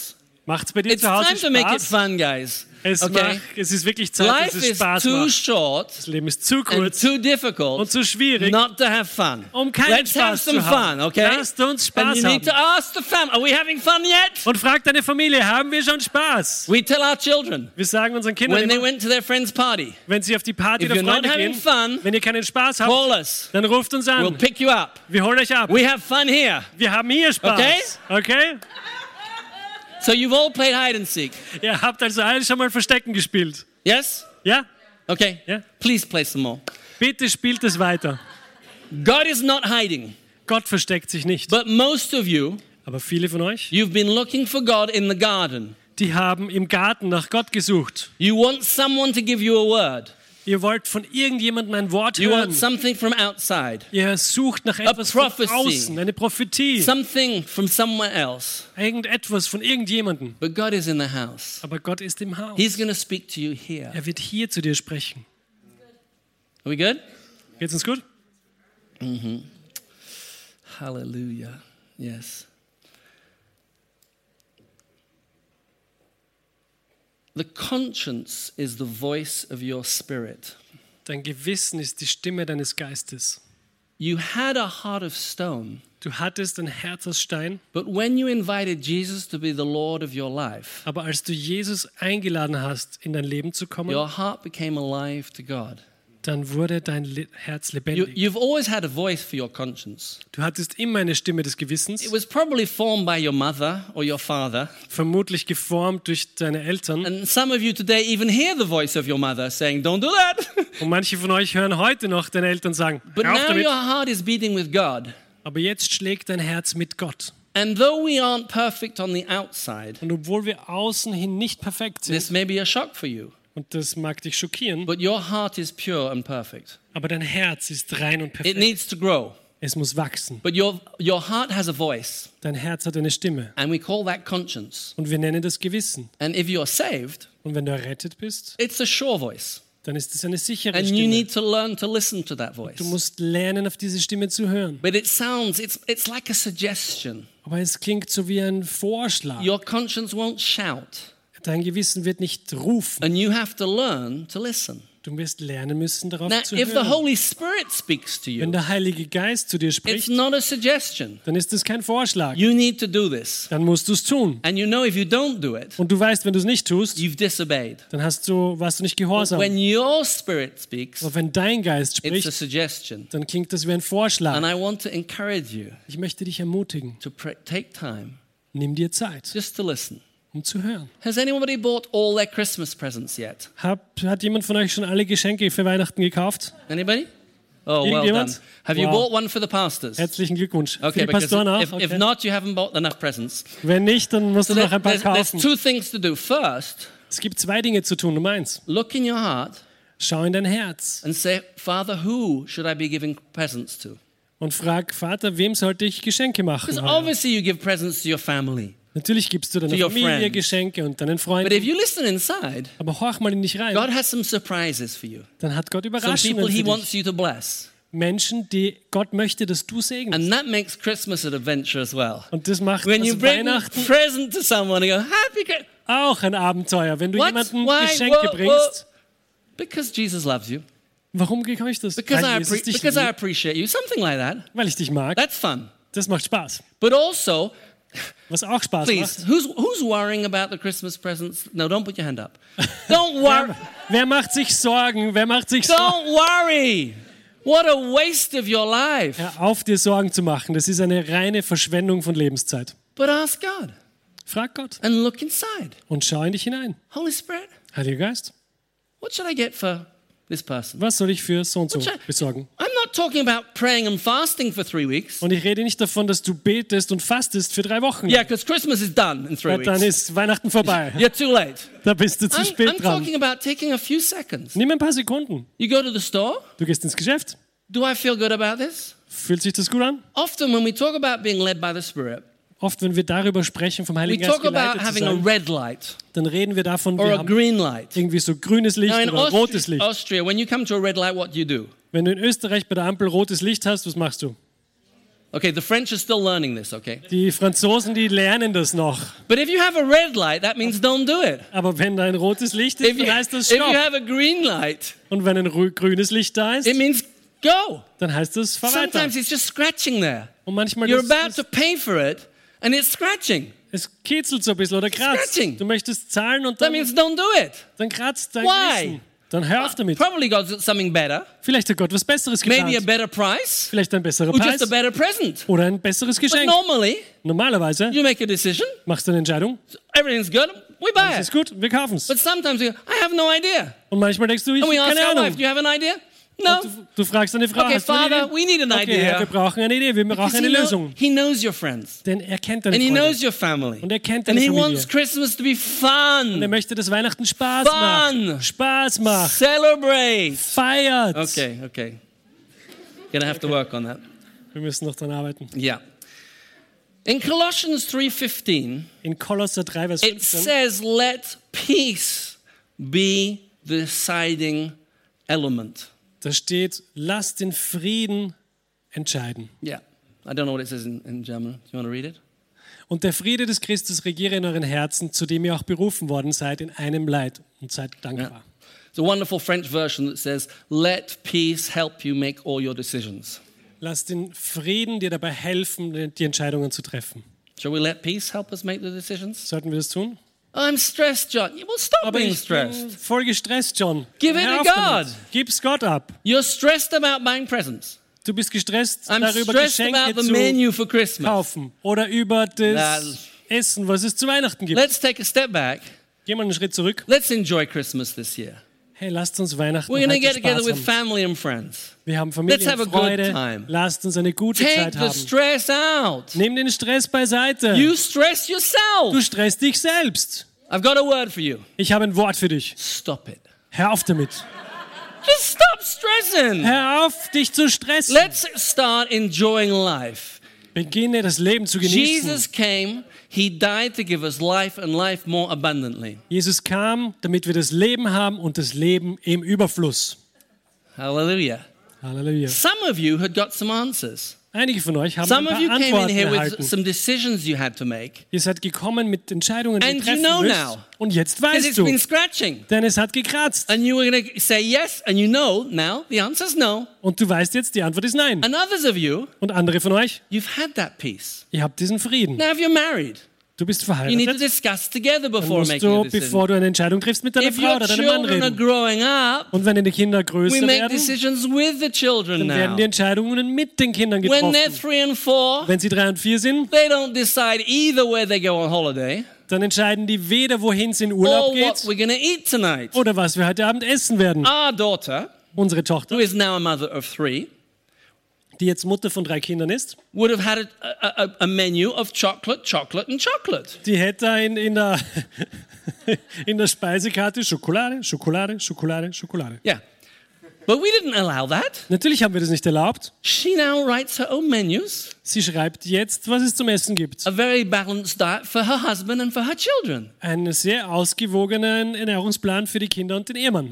Macht's bei dir It's zu Hause time to make it Spaß? fun, guys. Es, Okay? macht, es ist wirklich Zeit, Life dass es is Spaß too macht. short Das Leben ist zu and kurz too difficult und zu schwierig, not to have fun. um keinen Let's have Spaß some zu haben. fun, okay? Lasst uns And Spaß you need to haben. ask the family, are we having fun yet? Und fragt deine Familie, haben wir schon Spaß? We tell our children Wir sagen unseren Kindern when they immer, went to their friend's party, wenn sie auf die Party if der you're not Freunde having gehen, fun, wenn ihr keinen Spaß habt, call us. dann ruft uns We'll an. pick you up. Wir holen euch ab. We have fun here. Wir haben hier Spaß. Okay? So you've all played hide and seek. Ihr habt also alle schon mal Verstecken gespielt. Yes? Ja? Okay. Ja? Please play some more. Bitte spielt es weiter. God is not hiding, Gott versteckt sich nicht. but most of you, Aber viele von euch, you've been looking for God in the garden. die haben im Garten nach Gott gesucht. You want someone to give you a word. Ihr wollt von irgendjemandem ein Wort You hören. want something from outside. Ihr sucht nach etwas von prophecy. außen, eine Prophetie, Something from somewhere else. irgendetwas von irgendjemandem. But God is in the house. Aber Gott ist im Haus. He's going to speak to you here. Er wird hier zu dir sprechen. Are we good? Geht's uns gut? Hallelujah. Yes. The conscience is the voice of your spirit. Dein Gewissen ist die Stimme deines Geistes. You had a heart of stone, Du hattest ein Herz aus Stein, but when you invited Jesus to be the Lord of your life, aber als du Jesus eingeladen hast, in dein Leben zu kommen, your heart became alive to God. dann wurde dein Le- Herz You, lebendig. you've always had a voice for your conscience. Du hattest immer eine Stimme des It Gewissens, was probably formed by your mother or your father. vermutlich geformt durch deine Eltern. And some of you today even hear the voice of your mother saying, don't do that. Und manche von euch hören heute noch deine Eltern sagen, But hör auf now damit. your heart is beating with God. Aber jetzt schlägt dein Herz mit Gott. And though we aren't perfect on the outside, Und obwohl wir außen hin nicht perfekt this sind, may be a shock for you, und das mag dich schockieren, but your heart is pure and perfect. aber dein Herz ist rein und It perfekt. needs to grow. Es muss wachsen. But your, your heart has a voice, Dein Herz hat eine Stimme. and we call that conscience. Und wir nennen das Gewissen. And if you're saved, Und wenn du errettet bist, it's a sure voice. dann ist es eine sichere And you Stimme. need to learn to listen to that voice. Du musst lernen, auf diese Stimme zu hören. But it sounds, it's, it's like a suggestion. Aber es klingt so wie ein Vorschlag. Your conscience won't shout, Dein Gewissen wird nicht rufen. and you have to learn to listen. Du wirst lernen müssen, darauf Now, zu if the hören. Holy Spirit speaks to Wenn you, der Heilige Geist zu dir it's spricht, not a suggestion. dann ist es kein Vorschlag. You need to do this. Dann musst du es tun. And you know if you don't do it, Und du weißt, wenn du es nicht tust, you've disobeyed. dann hast du, warst du nicht But gehorsam. when your spirit speaks, Aber wenn dein Geist it's a spricht, suggestion. dann klingt das wie ein And Vorschlag. I want to encourage you Ich möchte dich ermutigen, to pr- take time nimm dir Zeit, just to listen. um zu hören. Has anybody bought all their Christmas presents yet? Hab, hat jemand von euch schon alle Geschenke für Weihnachten gekauft? Anybody? Oh, well Irgendjemand? done. Have you Wow. bought one for the pastors? Herzlichen Glückwunsch. Für Okay, die because Pastoren auch? if, if Okay. not, you haven't bought enough presents. Wenn nicht, dann musst So du there- noch ein paar there's, there's kaufen. two things to do. First, Es gibt zwei Dinge zu tun. Nummer eins, look in your heart schau in dein Herz and say, Father, who should I be giving presents to? und frag, Vater, wem sollte ich Geschenke machen? Because heuer? obviously you give presents to your family. Natürlich gibst du deiner to your Familie friends. Geschenke und deinen But Freunden. if you listen inside, Aber horch mal in dich rein. God has some surprises for you. Dann hat Gott Some Überraschungen people He für wants dich. you to bless. Menschen, die Gott möchte, dass du segnest. And that makes Christmas an adventure as well. Und das macht When you also bring a Weihnachten present to someone and go, Happy Christmas. auch ein Abenteuer. Wenn du What? jemandem Why? Geschenke Whoa, bringst, Because Jesus loves you. warum kriege ich das? Because, I, Weil, Jesus appre- dich because I liebt, appreciate you. Something like that. weil ich dich mag. That's fun. Das macht Spaß. But also, Was auch Spaß please, macht. who's, who's worrying about the Christmas presents? No, don't put your hand up. Don't worry. Wer, wer macht sich Sorgen? Wer macht sich Sorgen? Don't worry. What a waste of your life. Hör auf, dir Sorgen zu machen. Das ist eine reine Verschwendung von Lebenszeit. But ask God Frag Gott and look inside. und schau in dich hinein. Holy Spirit, Heiliger Geist, what should I get for this person? was soll ich für so und so What should- besorgen? I'm not talking about praying and fasting for three weeks. Und ich rede nicht davon, dass du betest und fastest für drei Wochen. Yeah, because Christmas is done in three Weil dann weeks. ist Weihnachten vorbei. You're too late. Da bist du zu I'm, spät I'm dran. talking about taking a few seconds. Nimm ein paar Sekunden. You go to the store. Du gehst ins Geschäft. Do I feel good about this? Fühlt sich das gut an? Often when we talk about being led by the Spirit, Oft, wenn wir darüber sprechen, vom we Heiligen Geist talk about geleitet zu having a sein, red light dann reden wir davon, or wir a haben green light. irgendwie so grünes Licht Now in oder rotes Austria, Licht. Austria, when you come to a red light, what do you do? Wenn du in Österreich bei der Ampel rotes Licht hast, was machst du? Okay, the French are still learning this, okay? Die Franzosen, die lernen das noch. But if you have a red light, that means don't do it. Aber wenn da ein rotes Licht ist, If you, dann heißt das if you Stopp. have a green light, Und wenn ein ru- grünes Licht da ist, it means go. dann heißt das fahr weiter. Sometimes it's just scratching there. Und manchmal You're das, about das, to pay for it, and it's scratching. es kitzelt so ein bisschen oder kratzt. Scratching. Du möchtest zahlen und That dann, means don't do it. dann kratzt dein Why? Gewissen. Dann hör auf damit. Probably God's got something better. Vielleicht hat Gott was Besseres Maybe a geplant. better price, Vielleicht ein besserer or just Preis a better present. oder ein besseres But Geschenk. normally, Normalerweise you make a decision, machst du eine Entscheidung, everything's good, we buy das ist it. gut, wir kaufen es. But sometimes you go, I have no idea. Und manchmal denkst du, ich And we habe ask keine our wife, Ahnung. do you have an idea? No. Du, du fragst deine Frau, Okay, hast du eine Father, Idee? we need an Okay, idea. Herr, wir brauchen eine Idee, wir brauchen Because eine he, know- Lösung. he knows your friends. Denn er kennt deine And he Freunde. knows your family. Und er kennt And deine he Familie. wants Christmas to be Und er fun. möchte, dass Weihnachten Spaß Fun. macht. Spaß macht. Celebrate. Feiert. Okay, okay. Gonna have to work on that. Wir müssen noch dran arbeiten. Yeah. In Colossians three fifteen, In Kolosser drei, Vers it fünfzehn, says, let peace be the deciding element. da steht, lasst den Frieden entscheiden. Yeah. I don't know what it says in, in German. Do you want to read it? Und der Friede des Christus regiere in euren Herzen, zu dem ihr auch berufen worden seid, in einem Leid. Und seid dankbar. It's a wonderful French version that says, let peace help you make all your decisions. Lasst den Frieden dir dabei helfen, die Entscheidungen zu treffen. Shall we let peace help us make the decisions? Sollten wir das tun? I'm stressed, John. Well, stop Aber being ich bin stressed. voll gestresst, John. Give it Hör to auf damit. God. Gib's Gott ab. You're stressed about buying presents. Du bist gestresst I'm darüber, stressed Geschenke about the zu menu for Christmas. kaufen. Oder über das Das- Essen, was es zu Weihnachten gibt. Let's take a step back. Geh mal einen Schritt zurück. Let's enjoy Christmas this year. Hey, lasst uns Weihnachten We're going to heute get together Spaß with haben. family and friends. Wir haben Let's have a good Familienfreude. time. Lasst uns eine gute Take Zeit the haben. stress out. Nimm den Stress beiseite. You stress Du yourself. stresst dich selbst. I've got a word for you. Ich habe ein Wort für dich. Stop it. Hör auf damit. Just stop stressing. Hör auf, dich zu stressen. Let's start enjoying life. Beginne das Leben zu genießen. Jesus came, he died to give us life and life more abundantly. Jesus kam, damit wir das Leben haben und das Leben im Überfluss. Hallelujah. Halleluja. Some of you had got some answers. Einige von euch haben Some ein of you paar came in Antworten here with erhalten. some decisions you had to make. Ihr seid gekommen mit Entscheidungen, die ihr And you treffen know müsst. now. Und jetzt Because weißt it's du, been scratching. denn es hat gekratzt. And you were going to say yes, and you know now the answer is no. Und du weißt jetzt, die Antwort ist nein. And others of you, Und andere von euch, you've had that peace. ihr habt diesen Frieden. Now, if you're married, Du bist you need to verheiratet. discuss together Dann before musst making a du, decision. bevor du eine Entscheidung triffst, mit deiner If Frau your oder deinem Mann children are reden. growing up, Und wenn deine Kinder we größer make werden, decisions with the children dann werden now. die Entscheidungen mit den Kindern When they're getroffen. three and four, Wenn sie drei und vier sind, they don't decide either where they go on holiday dann entscheiden die weder, wohin es in or Urlaub what geht we're going to eat tonight. oder was wir heute Abend essen werden. Our daughter, Unsere who Tochter, is now a mother of three, die jetzt Mutter von drei Kindern ist, would have had a, a, a menu of chocolate, chocolate, and chocolate. die hätte in, in, der, in der Speisekarte Schokolade, Schokolade, Schokolade, Schokolade. Yeah. But we didn't allow that. Natürlich haben wir das nicht erlaubt. She now writes her own menus, Sie schreibt jetzt, was es zum Essen gibt. a very balanced diet for her husband and for her children. Einen sehr ausgewogenen Ernährungsplan für die Kinder und den Ehemann.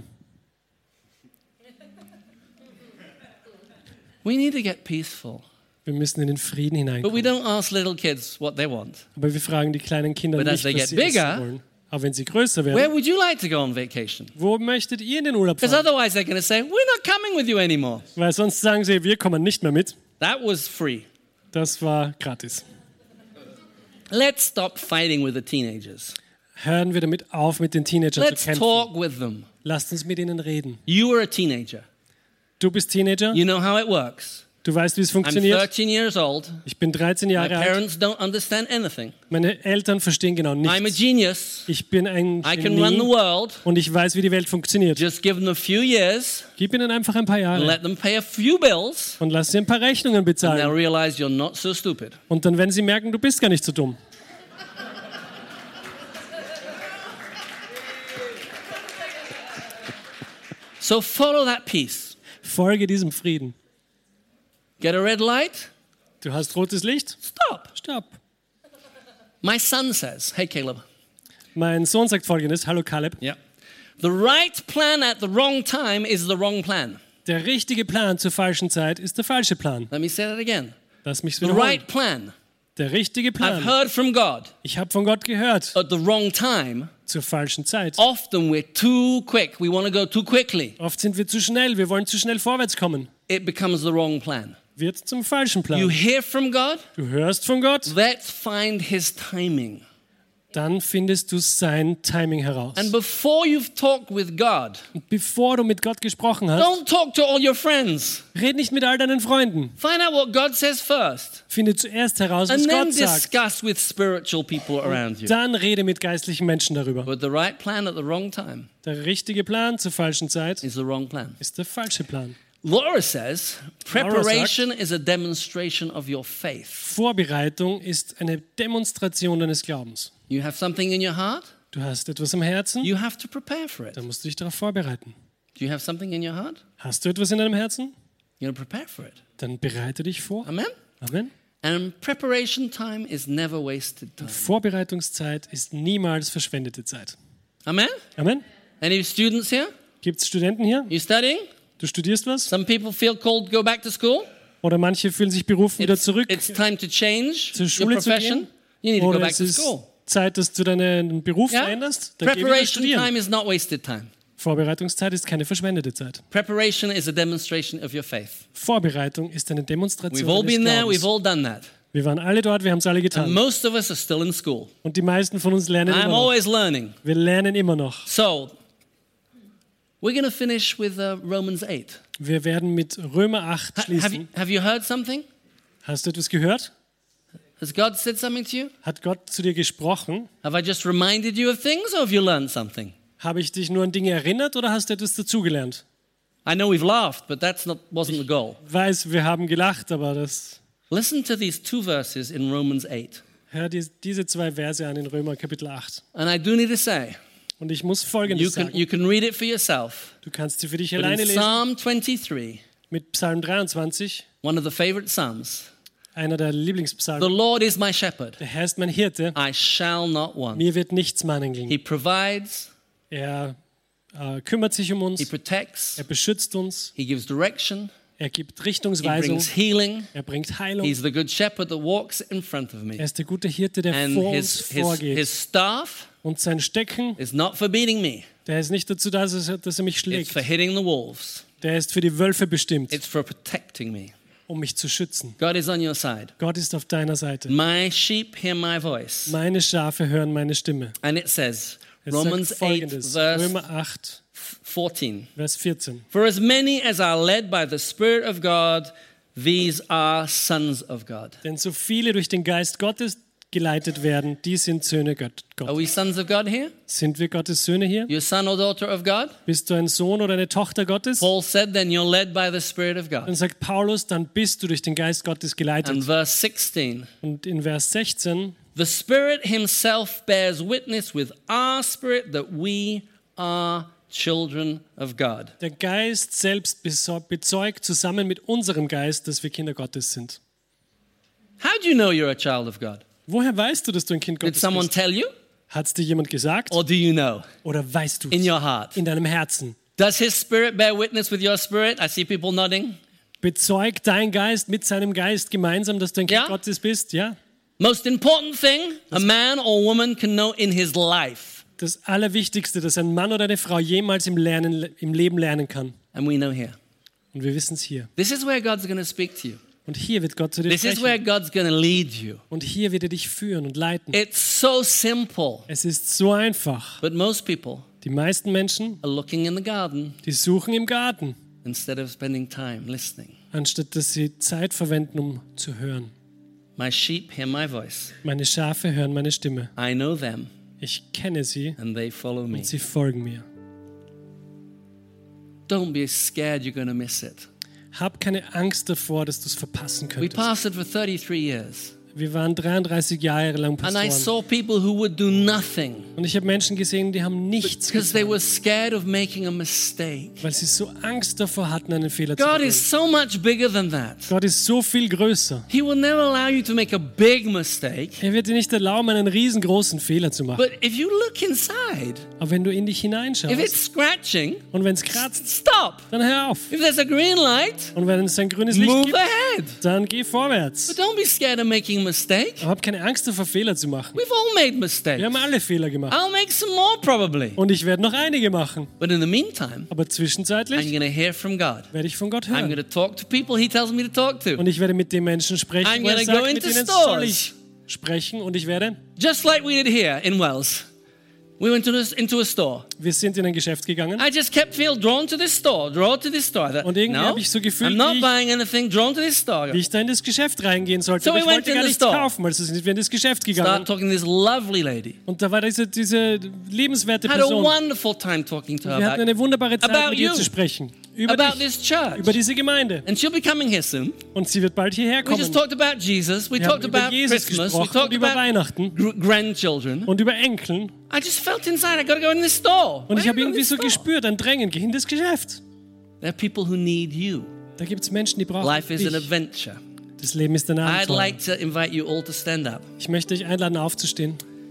We need to get peaceful. Wir müssen in den Frieden But we hineinkommen. don't ask little kids what they want. Aber wir fragen die kleinen Kinder But as nicht, they was get sie bigger, essen wollen. Aber wenn sie größer Where werden, would you like to go on vacation? wo möchtet ihr in den Urlaub Because fahren? otherwise they're going to say, we're not coming with you anymore. Weil sonst sagen sie, wir kommen nicht mehr mit. That was free. Das war gratis. Let's stop fighting with the teenagers. Hören wir damit auf, mit den Teenagern Let's zu kämpfen. talk with them. Lasst uns mit ihnen reden. You were a teenager. Du bist Teenager, You know how it works. du weißt, wie es I'm funktioniert. thirteen years old. Ich bin dreizehn My Jahre alt. parents don't understand anything. Meine Eltern verstehen genau I'm a nichts. genius. Ich bin ein I can run the Genie world. und ich weiß, wie die Welt funktioniert. Just give them a few years Gib ihnen einfach ein paar and Jahre let them pay a few bills. und lass sie ein paar Rechnungen And they'll bezahlen. realize you're not so stupid. Und dann werden sie merken, du bist gar nicht so dumm. So follow that peace. Folge diesem Frieden. Get a red light? Du hast rotes Licht? Stop. Stopp. My son says, hey, Caleb. Mein Sohn sagt Folgendes. Hallo Caleb. Yeah. The right plan at the wrong time is the wrong plan. Der richtige Plan zur falschen Zeit ist der falsche Plan. Let me say that again. Lass mich The wiederholen. right plan. Der richtige I've Plan. heard from God Ich habe von Gott gehört. at the wrong time. Zur falschen Zeit. Often we're too quick. We want to go too quickly. Oft sind wir zu schnell. Wir wollen zu schnell vorwärts kommen. It becomes the wrong plan. Wird zum falschen You Plan. hear from God. Du hörst von Gott, Let's find His timing. dann findest du sein Timing heraus. And before you've talked with God, Und bevor du mit Gott gesprochen hast, don't talk to all your friends. red nicht mit all deinen Freunden. Find out what God says first. Finde zuerst heraus, was And then Gott sagt. discuss with spiritual people around you. Dann rede mit geistlichen Menschen darüber. But the right plan at the wrong time Der richtige Plan zur falschen Zeit is the wrong plan. ist der falsche Plan. Laura says, preparation is a demonstration of your faith. Vorbereitung ist eine Demonstration deines Glaubens. You have something in your heart, Du hast etwas im Herzen, you have to prepare for it. dann musst du dich darauf vorbereiten. Do you have something in your heart? Hast du etwas in deinem Herzen? You're going to prepare for it. Dann bereite dich vor. Amen? Amen. And preparation time is never wasted time. Vorbereitungszeit ist niemals verschwendete Zeit. Amen? Amen. Any students here? Gibt es Studenten hier? You studying? Du studierst was? Some people feel called to go back to school. Oder manche fühlen sich berufen, wieder It's, zurück it's time to change zur your Schule zu profession. gehen. You need to go Oder back es to ist school. Zeit, dass du deinen Beruf Yeah? veränderst. Dann geh wieder Preparation studieren. time is not wasted time. Vorbereitungszeit ist keine verschwendete Zeit. Preparation is a demonstration of your faith. Vorbereitung ist eine Demonstration We've all deines been there, Glaubens. we've all done that. Wir waren alle dort, wir haben es alle And getan. most of us are still in school. Und die meisten von uns lernen I'm immer noch. always learning. Wir lernen immer noch. So, we're going to finish with uh, Romans eight. Wir werden mit Römer acht Ha- have, you, schließen. have you heard something? Hast du etwas gehört? Has God said something to you? Hat Gott zu dir gesprochen? Have I just reminded you of things or have you learned something? Habe ich dich nur an Dinge erinnert oder hast du etwas dazugelernt? I know we've laughed, but that's not wasn't the goal. Weiß, wir haben gelacht, aber das... Listen to these two verses in Romans eight. Hör die, diese zwei Verse an in Römer Kapitel acht. And I do need to say, Und ich muss you Folgendes can, sagen. you can read it for yourself. Du kannst sie für dich But alleine in lesen. Psalm twenty-three, Mit Psalm dreiundzwanzig, one of the favorite Psalms, einer der the Lieblingspsalmen. Lord is my shepherd. Der Herr ist mein Hirte, I shall not want. mir wird nichts mangeln. He provides, Er äh, kümmert sich um he uns, protects, er beschützt uns, he gives direction, er gibt he Richtungsweisung, brings healing. er bringt Heilung. He's the good shepherd that walks in front of Er me. ist der gute Hirte, der And vor his, uns his, vorgeht. his staff Und sein Stecken, is not for beating me. der ist nicht dazu da, dass er, dass er mich It's schlägt. for hitting the wolves. Der ist für die Wölfe bestimmt, It's for protecting me. um mich zu schützen. God is on your side. Gott ist auf deiner Seite. My sheep hear my voice. Meine Schafe hören meine Stimme. And it says, Es Romans sagt eight, folgendes, verse Römer acht, fourteen. Vers vierzehn. For as many as are led by the Spirit of God, these are sons of God. Denn so viele durch den Geist Gottes geleitet werden, die sind Söhne Gott. Are Gott. we sons of God here? Sind wir Gottes Söhne hier? You're a son or daughter of God? Bist du ein Sohn oder eine Tochter Gottes? Paul said, then you're led by the Spirit of Dann God. sagt Paulus, dann bist du durch den Geist Gottes And geleitet. verse sixteen, Und in Vers sechzehn, the Spirit himself bears witness with our spirit that we are children of God. der Geist selbst beso- bezeugt zusammen mit unserem Geist, dass wir Kinder Gottes sind. How do you know you're a child of God? Woher weißt du, dass du ein Kind Did Gottes someone bist? tell you? Hat es dir jemand gesagt? Or do you know Oder weißt du in es your heart? in deinem Herzen? Does his spirit bear witness with your spirit? I see people nodding. Bezeugt dein Geist mit seinem Geist gemeinsam, dass du ein Kind Ja. Gottes bist? Ja. Most important thing a man or woman can know in his life. Das Allerwichtigste, das ein Mann oder eine Frau jemals im, Lernen, im Leben lernen kann. And we know here. Und wir wissen es hier. This is where God's going to speak to you. Und hier wird Gott zu dir This is where sprechen. God's going to lead you. Und hier wird er dich führen und leiten. It's so simple. Es ist so einfach. But most people Die meisten Menschen, are looking in the garden die suchen im Garten, instead of spending time listening. anstatt dass sie Zeit verwenden, um zu hören. My sheep hear my voice. Meine Schafe hören meine Stimme. I know them Ich kenne sie and they follow me. und sie folgen mir. Don't be scared you're going to miss it. Hab keine Angst davor, dass du es verpassen We könntest. pastored for thirty-three years. Wir waren dreiunddreißig Jahre lang And I Pastoren. saw people who would do nothing Und ich habe Menschen gesehen, die haben nichts because they getan, were scared of making a mistake. weil sie so Angst davor hatten, einen Fehler zu God begehen. is so much bigger than that. Gott ist so viel größer. He will never allow you to make a big mistake. Er wird dir nicht erlauben, einen riesengroßen Fehler zu machen. But if you look inside, Aber wenn du in dich if hineinschaust it's scratching, und wenn es kratzt, stop. dann hör auf. If there's a green light, Und wenn es ein grünes Licht move gibt, ahead. dann geh vorwärts. But don't be scared of making a mistake. Aber hab keine Angst davor, Fehler zu machen. We've all made mistakes. Wir haben alle Fehler gemacht. I'll make some more probably. Und ich werde noch einige machen. But in the meantime, Aber I'm zwischenzeitlich going to hear from God. werde ich von Gott I'm going hören. to talk to people He tells me to talk to. Und ich werde mit den Menschen sprechen, I'm wo er gonna go sagt, mit into ihnen stores. soll ich sprechen. Und ich werde, Just like we did here in Wales. We went to this, into a store. wir sind in ein Geschäft gegangen. I just kept feeling drawn to this store, drawn to this store. I thought, Und irgendwie no, habe ich so gefühlt, I'm not wie ich- buying anything, drawn to this store. wie ich da in das Geschäft reingehen sollte. So Aber we ich went wollte in gar the nichts store. kaufen, also sind wir in das Geschäft Start gegangen. talking to this lovely lady. Und da war diese, diese liebenswerte Had a Person. wonderful time talking to her Wir hatten about, eine wunderbare Zeit, about mit ihr you. zu sprechen. Über about dich, this church. über diese Gemeinde. And she'll be coming here soon. Und sie wird bald hierher We kommen. just talked about Jesus. We Wir talked haben über about Jesus Christmas. We gesprochen und talked über about Weihnachten gr- grandchildren. und über Enkeln. I just felt inside, I got to go in this store. Und ich Why habe go in irgendwie this so store? gespürt, ein Drängen, geh in das Geschäft. There are people who need you. Da gibt es Menschen, die brauchen Life is an dich. adventure. Das Leben ist ein I'd Abenteuer. like to invite you all to stand up. Ich möchte euch einladen, aufzustehen.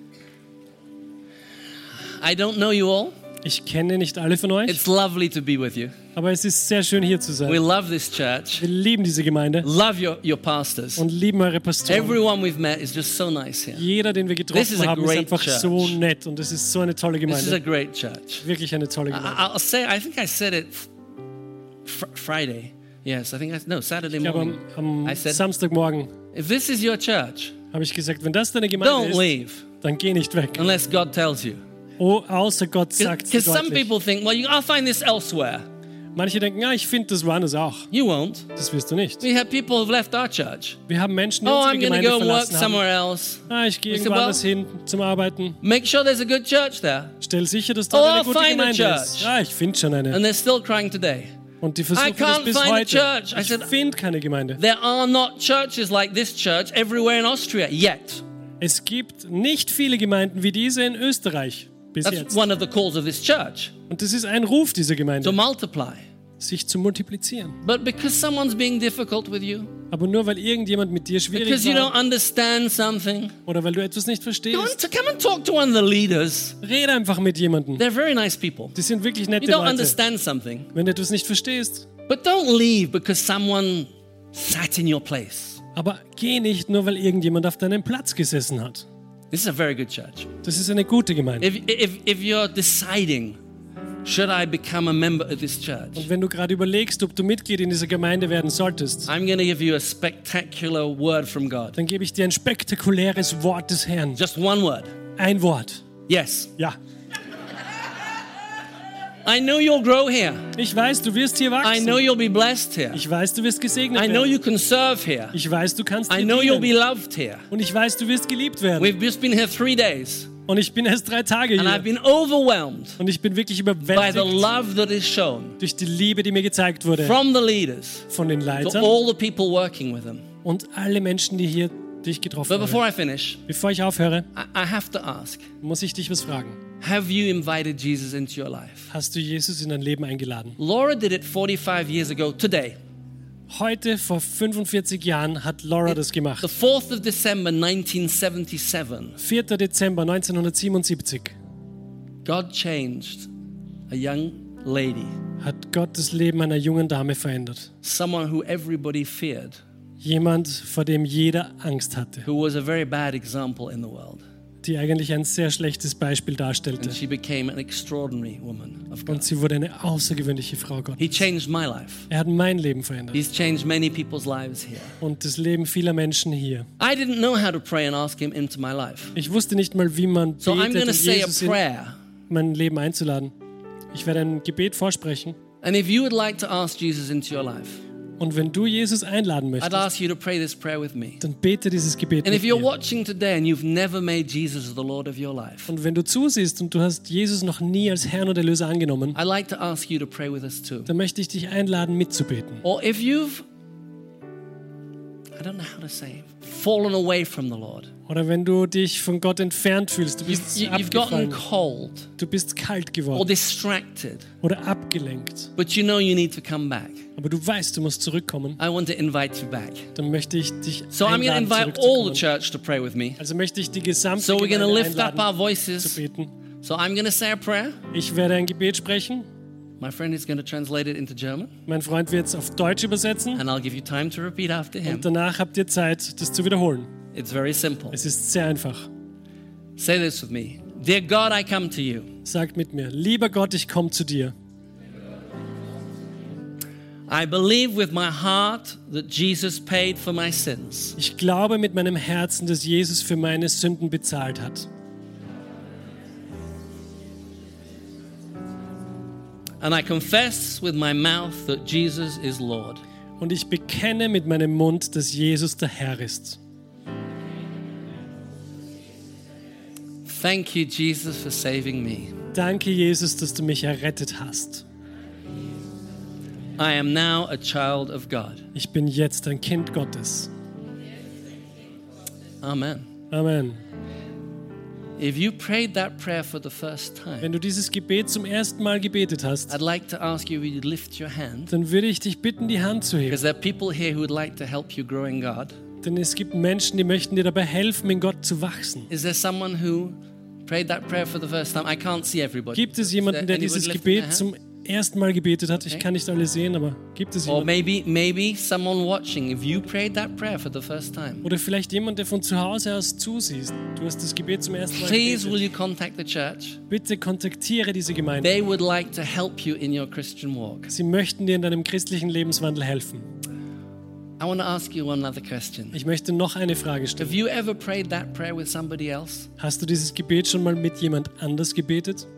I don't know you all. Ich kenne nicht alle von euch, It's lovely to be with you. aber es ist sehr schön, hier zu We sein. love this church. Wir lieben diese Gemeinde Love your, your pastors. und lieben eure Pastoren. Everyone we've met is just so nice here. Jeder, den wir This is getroffen a haben, ist great einfach church. so nett und es ist so eine tolle This is a Gemeinde. great church. Wirklich eine tolle I, Gemeinde. I'll say, I think I said it fr- Friday. Yes, I think I, no, Saturday Ich glaube, morning. am, am I said, Samstagmorgen if this is your church, habe ich gesagt, wenn das deine Gemeinde don't ist, leave dann geh nicht weg. unless God tells you. Oh, außer Gott sagt es Because some deutlich. people think, well, you, I'll find this elsewhere. Manche denken, ja, ich finde das woanders auch. You won't. Das wirst du nicht. We have people who've left our church. Wir haben Menschen, die Oh, unsere I'm going to Gemeinde go and work verlassen haben. somewhere else. Ah, ich gehe We irgendwo said, anders hin zum Arbeiten. Make sure there's a good church there. Stell sicher, dass Oh, dort I'll eine gute find a Gemeinde church. ist. Ja, ich finde schon eine. And they're still crying today. Und die I versuchen das can't bis find a heute. church. I Ich said- finde keine Gemeinde. There are not churches like this church everywhere in Austria yet. Es gibt nicht viele Gemeinden wie diese in Österreich bis That's jetzt. one of the calls of this church, Und das ist ein Ruf dieser to Gemeinde, multiply. sich zu multiplizieren. But because someone's being difficult with you, Aber nur weil irgendjemand mit dir schwierig because you don't war understand something, oder weil du etwas nicht go verstehst, and to come and talk to one of the leaders. rede einfach mit jemandem. They're very nice people. Die sind wirklich You nette don't Leute. understand something, Wenn du etwas nicht verstehst. but don't leave because someone sat in your place. Aber geh nicht nur, weil irgendjemand auf deinem Platz gesessen hat. This is a very good church. Das ist eine gute Gemeinde. If, if, if you're deciding, should I become a member of this church? Und wenn du gerade überlegst, ob du Mitglied in dieser Gemeinde werden solltest, I'm going to give you a spectacular word from God. dann gebe ich dir ein spektakuläres Wort des Herrn. Just one word. Ein Wort. Yes. Ja. I know you'll grow here. Ich weiß, du wirst hier I wachsen. know you'll be blessed here. Ich weiß, du wirst gesegnet I know werden. you can serve here. Ich weiß, du kannst I hier know you'll be dienen. loved here. Und ich weiß, du wirst geliebt werden. We've just been here three days, Und ich bin erst drei Tage and I've hier. been overwhelmed Und ich bin wirklich by the überwältigt love that is shown durch die Liebe, die mir gezeigt wurde. from the leaders Von den to Leitern all the people working with them. und alle Menschen, die hier dich getroffen But before haben. I finish, Bevor ich aufhöre, I, I have to ask, muss ich dich was fragen. have you invited Jesus into your life? Hast du Jesus in dein Leben eingeladen? Laura did it forty-five years ago today. Heute, vor fünfundvierzig Jahren, hat Laura das gemacht. The fourth of December nineteen seventy-seven, vierter Dezember neunzehnhundertsiebenundsiebzig God changed a young lady, hat Gott das Leben einer jungen Dame verändert. someone who everybody feared, Jemand, vor dem jeder Angst hatte, who was a very bad example in the world. die eigentlich ein sehr schlechtes Beispiel darstellte. And she became an extraordinary woman of God. Und sie wurde eine außergewöhnliche Frau Gottes. He changed my life. Er hat mein Leben verändert He's changed many people's lives here. und das Leben vieler Menschen hier. I didn't know how to pray and ask him into my life. Ich wusste nicht mal, wie man So I'm betet, going to um say a Jesus in prayer. mein Leben einzuladen. Ich werde ein Gebet vorsprechen. And if you would like to ask Jesus into your life, Und wenn du Jesus einladen I'd möchtest, ask you to pray this prayer with me. dann bete dieses Gebet And mit if you're mir. watching today and you've never made Jesus the Lord of your life, Und wenn du zusiehst und du hast Jesus noch nie als Herrn und Erlöser angenommen, I'd like to ask you to pray with us too. dann möchte ich dich einladen, mitzubeten. Or if you've, I don't know how to say, fallen away from the Lord. Oder wenn du dich von Gott entfernt fühlst, du bist You, you've gotten abgefallen, cold du bist kalt or geworden distracted, oder abgelenkt. but you know you need to come back. Aber du weißt, du musst zurückkommen. I want to invite you back. Dann möchte ich dich So I'm going to einladen, invite all the zurückzukommen. church to pray with me. Also möchte ich die gesamte So we're going to Gemeinde lift up our einladen, voices. zu beten. So I'm going to say a prayer. Ich werde ein Gebet sprechen. My friend is going to translate it into German, Mein Freund wird es auf Deutsch übersetzen. and I'll give you time to repeat after him. Und danach habt ihr Zeit, das zu wiederholen. It's very simple. Es ist sehr einfach. Say this with me. Dear God, I come to you. Sagt mit mir, lieber Gott, ich komme zu dir. I believe with my heart that Jesus paid for my sins. Ich glaube mit meinem Herzen, dass Jesus für meine Sünden bezahlt hat. And I confess with my mouth that Jesus is Lord. Und ich bekenne mit meinem Mund, dass Jesus der Herr ist. Thank you, Jesus, for saving me. Danke, Jesus, dass du mich errettet hast. I am now a child of God. Ich bin jetzt ein Kind Gottes. Amen. Amen. If you prayed that prayer for the first time, Wenn du dieses Gebet zum ersten Mal gebetet hast, I'd like to ask you, would you lift your hand? dann würde ich dich bitten, die Hand zu heben. Because there are people here who would like to help you grow in God. Denn es gibt Menschen, die möchten dir dabei helfen, in Gott zu wachsen. Is there someone who prayed that prayer for the first time? I can't see everybody. Gibt es Is jemanden, there der anybody dieses lifting their Gebet hand? zum ersten Mal gebetet hat? Ich Okay. kann nicht alle sehen, aber gibt es Or jemanden? maybe, maybe someone watching, if you prayed that prayer for the first time, Oder vielleicht jemand, der von zu Hause aus zusieht. Du hast das Gebet zum ersten Mal please will gebetet. you contact the church? Bitte kontaktiere diese Gemeinde. They would like to help you in your Christian walk. Sie möchten dir in deinem christlichen Lebenswandel helfen. I want to ask you one other question. Ich möchte noch eine Frage stellen. Have you ever prayed that prayer with somebody else? Hast du dieses Gebet schon mal mit jemand anders gebetet?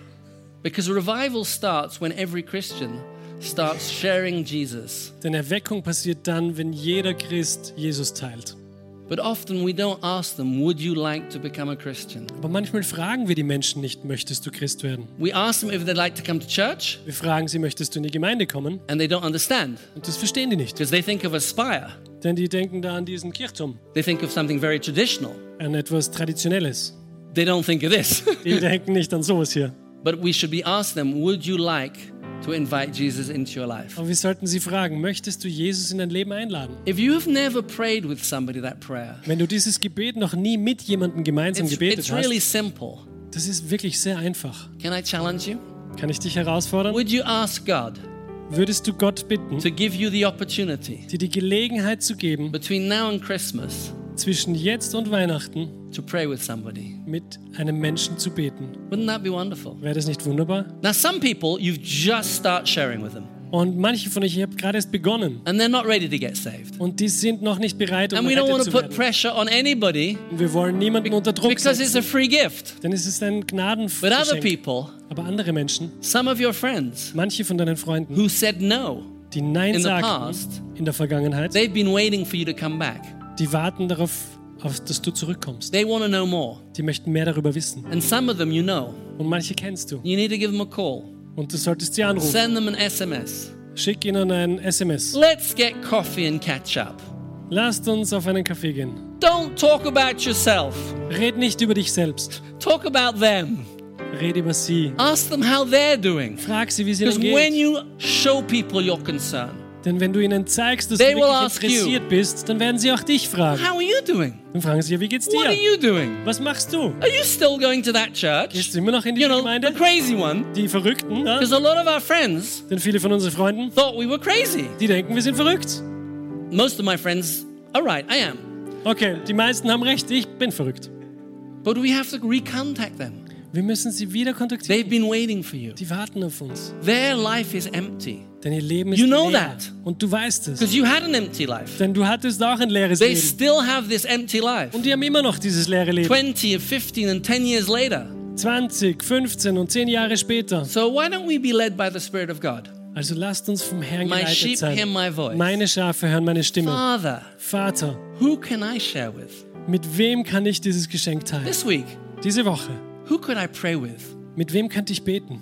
Because revival starts when every Christian starts sharing Jesus. Denn Erweckung passiert dann, wenn jeder Christ Jesus teilt. But often we don't ask them, would you like to become a Christian? Aber manchmal fragen wir die Menschen nicht, möchtest du Christ werden? We ask them if they'd like to come to church, Wir fragen sie, möchtest du in die Gemeinde kommen? and they don't understand Und das verstehen die nicht. because they think of Aspire. Denn die denken da an diesen Kirchturm, They think of something very traditional. an etwas Traditionelles. They don't think of this. Die denken nicht an sowas hier. But we should be asked them, would you like to invite Jesus into your life? Aber wir sollten sie fragen, möchtest du Jesus in dein Leben einladen? If you have never prayed with somebody that prayer, Wenn du dieses Gebet noch nie mit jemandem gemeinsam it's, gebetet it's really hast, simple. das ist wirklich sehr einfach. Can I challenge you? Kann ich dich herausfordern? Would you ask God Würdest du Gott bitten, to give you the opportunity dir die Gelegenheit zu geben, between now and Christmas zwischen jetzt und Weihnachten to pray with somebody? mit einem Menschen zu beten? Wouldn't that be wonderful? Wäre das nicht wunderbar? Now, some people, you've just start sharing with them, Und manche von euch, ihr habt gerade erst begonnen and they're not ready to get saved. und die sind noch nicht bereit, um And we don't want errettet to zu put werden. pressure on anybody Und wir wollen niemanden unter Druck because it's setzen, a free gift. denn es ist ein But other Gnadengeschenk. people, Aber andere Menschen, some of your friends manche von deinen Freunden, who said no, die Nein in the sagten past, in der Vergangenheit, they've been waiting for you to come back. die warten darauf, auf, dass du zurückkommst. They want to know more. Die möchten mehr darüber wissen. And some of them you know. Und manche kennst du. You need to give them a call. Und du solltest sie anrufen. Send them an S M S. Schick ihnen ein S M S. Let's get coffee and catch up. Lasst uns auf einen Kaffee gehen. Don't talk about yourself. Red nicht über dich selbst. Talk about them. Red über sie. Ask them how they're doing. Frag sie, wie es Because ihnen when geht. you show people your concern, Denn wenn du ihnen zeigst, dass They du will wirklich ask you. interessiert bist, dann werden sie auch dich fragen. how are you doing? Dann fragen sie, ja, wie geht's What are dir? you doing? Was machst du? Are you still going to that church? Gehst du immer noch in You die know, Gemeinde? the crazy one. Die Verrückten, ja? Because a lot of our friends Denn viele von unseren Freunden, thought we were crazy. die denken, wir sind verrückt. Most of my friends are right, I am. Okay, die meisten haben recht, ich bin verrückt. But we have to recontact them. Wir müssen sie wieder They've kontaktieren. been waiting for you. Die warten auf uns. Their life is empty. Denn ihr Leben ist You know leer. that. Und du weißt es. Because you had an empty life. Denn du hattest auch ein leeres They Leben. still have this empty life. Und die haben immer noch dieses leere Leben. twenty and fifteen and ten years later. zwanzig, fünfzehn und zehn Jahre später. So why don't we be led by the Spirit of God? Also lasst uns vom Herrn My geleitet sheep hear sein. my voice. Meine Schafe hören meine Stimme. Father, Vater, who can I share with? mit wem kann ich dieses Geschenk teilen? This week, Diese Woche. who could I pray with? Mit wem könnte ich beten?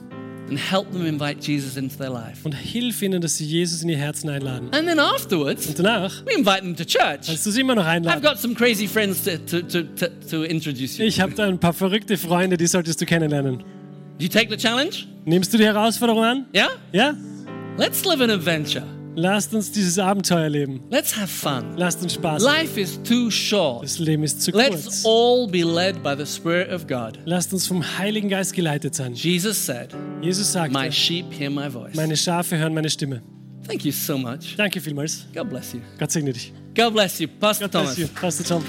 and help them invite Jesus into their life. Und hilf ihnen, dass sie Jesus in ihr Herzen einladen. And then afterwards, Und danach we invite them to church. kannst du sie immer noch I've einladen. got some crazy friends to, to, to, to, to introduce you Ich to. habe da ein paar verrückte Freunde, die solltest du kennenlernen. You take the challenge? Nimmst du die Herausforderung an? Yeah? Ja? Let's live an adventure. Lasst uns dieses Abenteuer leben. Let's have fun. Lasst uns Spaß haben. Life is too short. Das Leben ist zu Let's kurz. all be led by the Spirit of God. Lasst uns vom Heiligen Geist geleitet sein. Jesus said, Jesus my sagte, sheep hear my voice. meine Schafe hören meine Stimme. Thank you so much. Danke vielmals. God bless you. Gott segne dich. God bless you. Pastor God bless Thomas. you. Pastor Tom.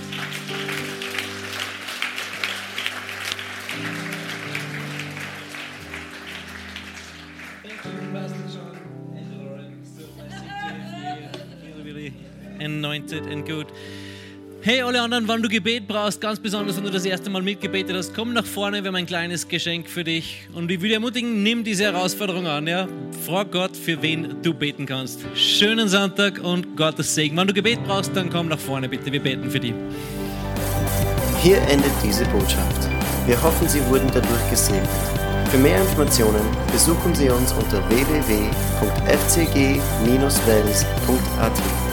Anointed and good. Hey, alle anderen, wenn du Gebet brauchst, ganz besonders, wenn du das erste Mal mitgebetet hast, komm nach vorne, wir haben ein kleines Geschenk für dich. Und ich will dich ermutigen, nimm diese Herausforderung an. Ja? Frag Gott, für wen du beten kannst. Schönen Sonntag und Gottes Segen. Wenn du Gebet brauchst, dann komm nach vorne, bitte. Wir beten für dich. Hier endet diese Botschaft. Wir hoffen, Sie wurden dadurch gesegnet. Für mehr Informationen besuchen Sie uns unter w w w punkt f c g dash wels punkt a t.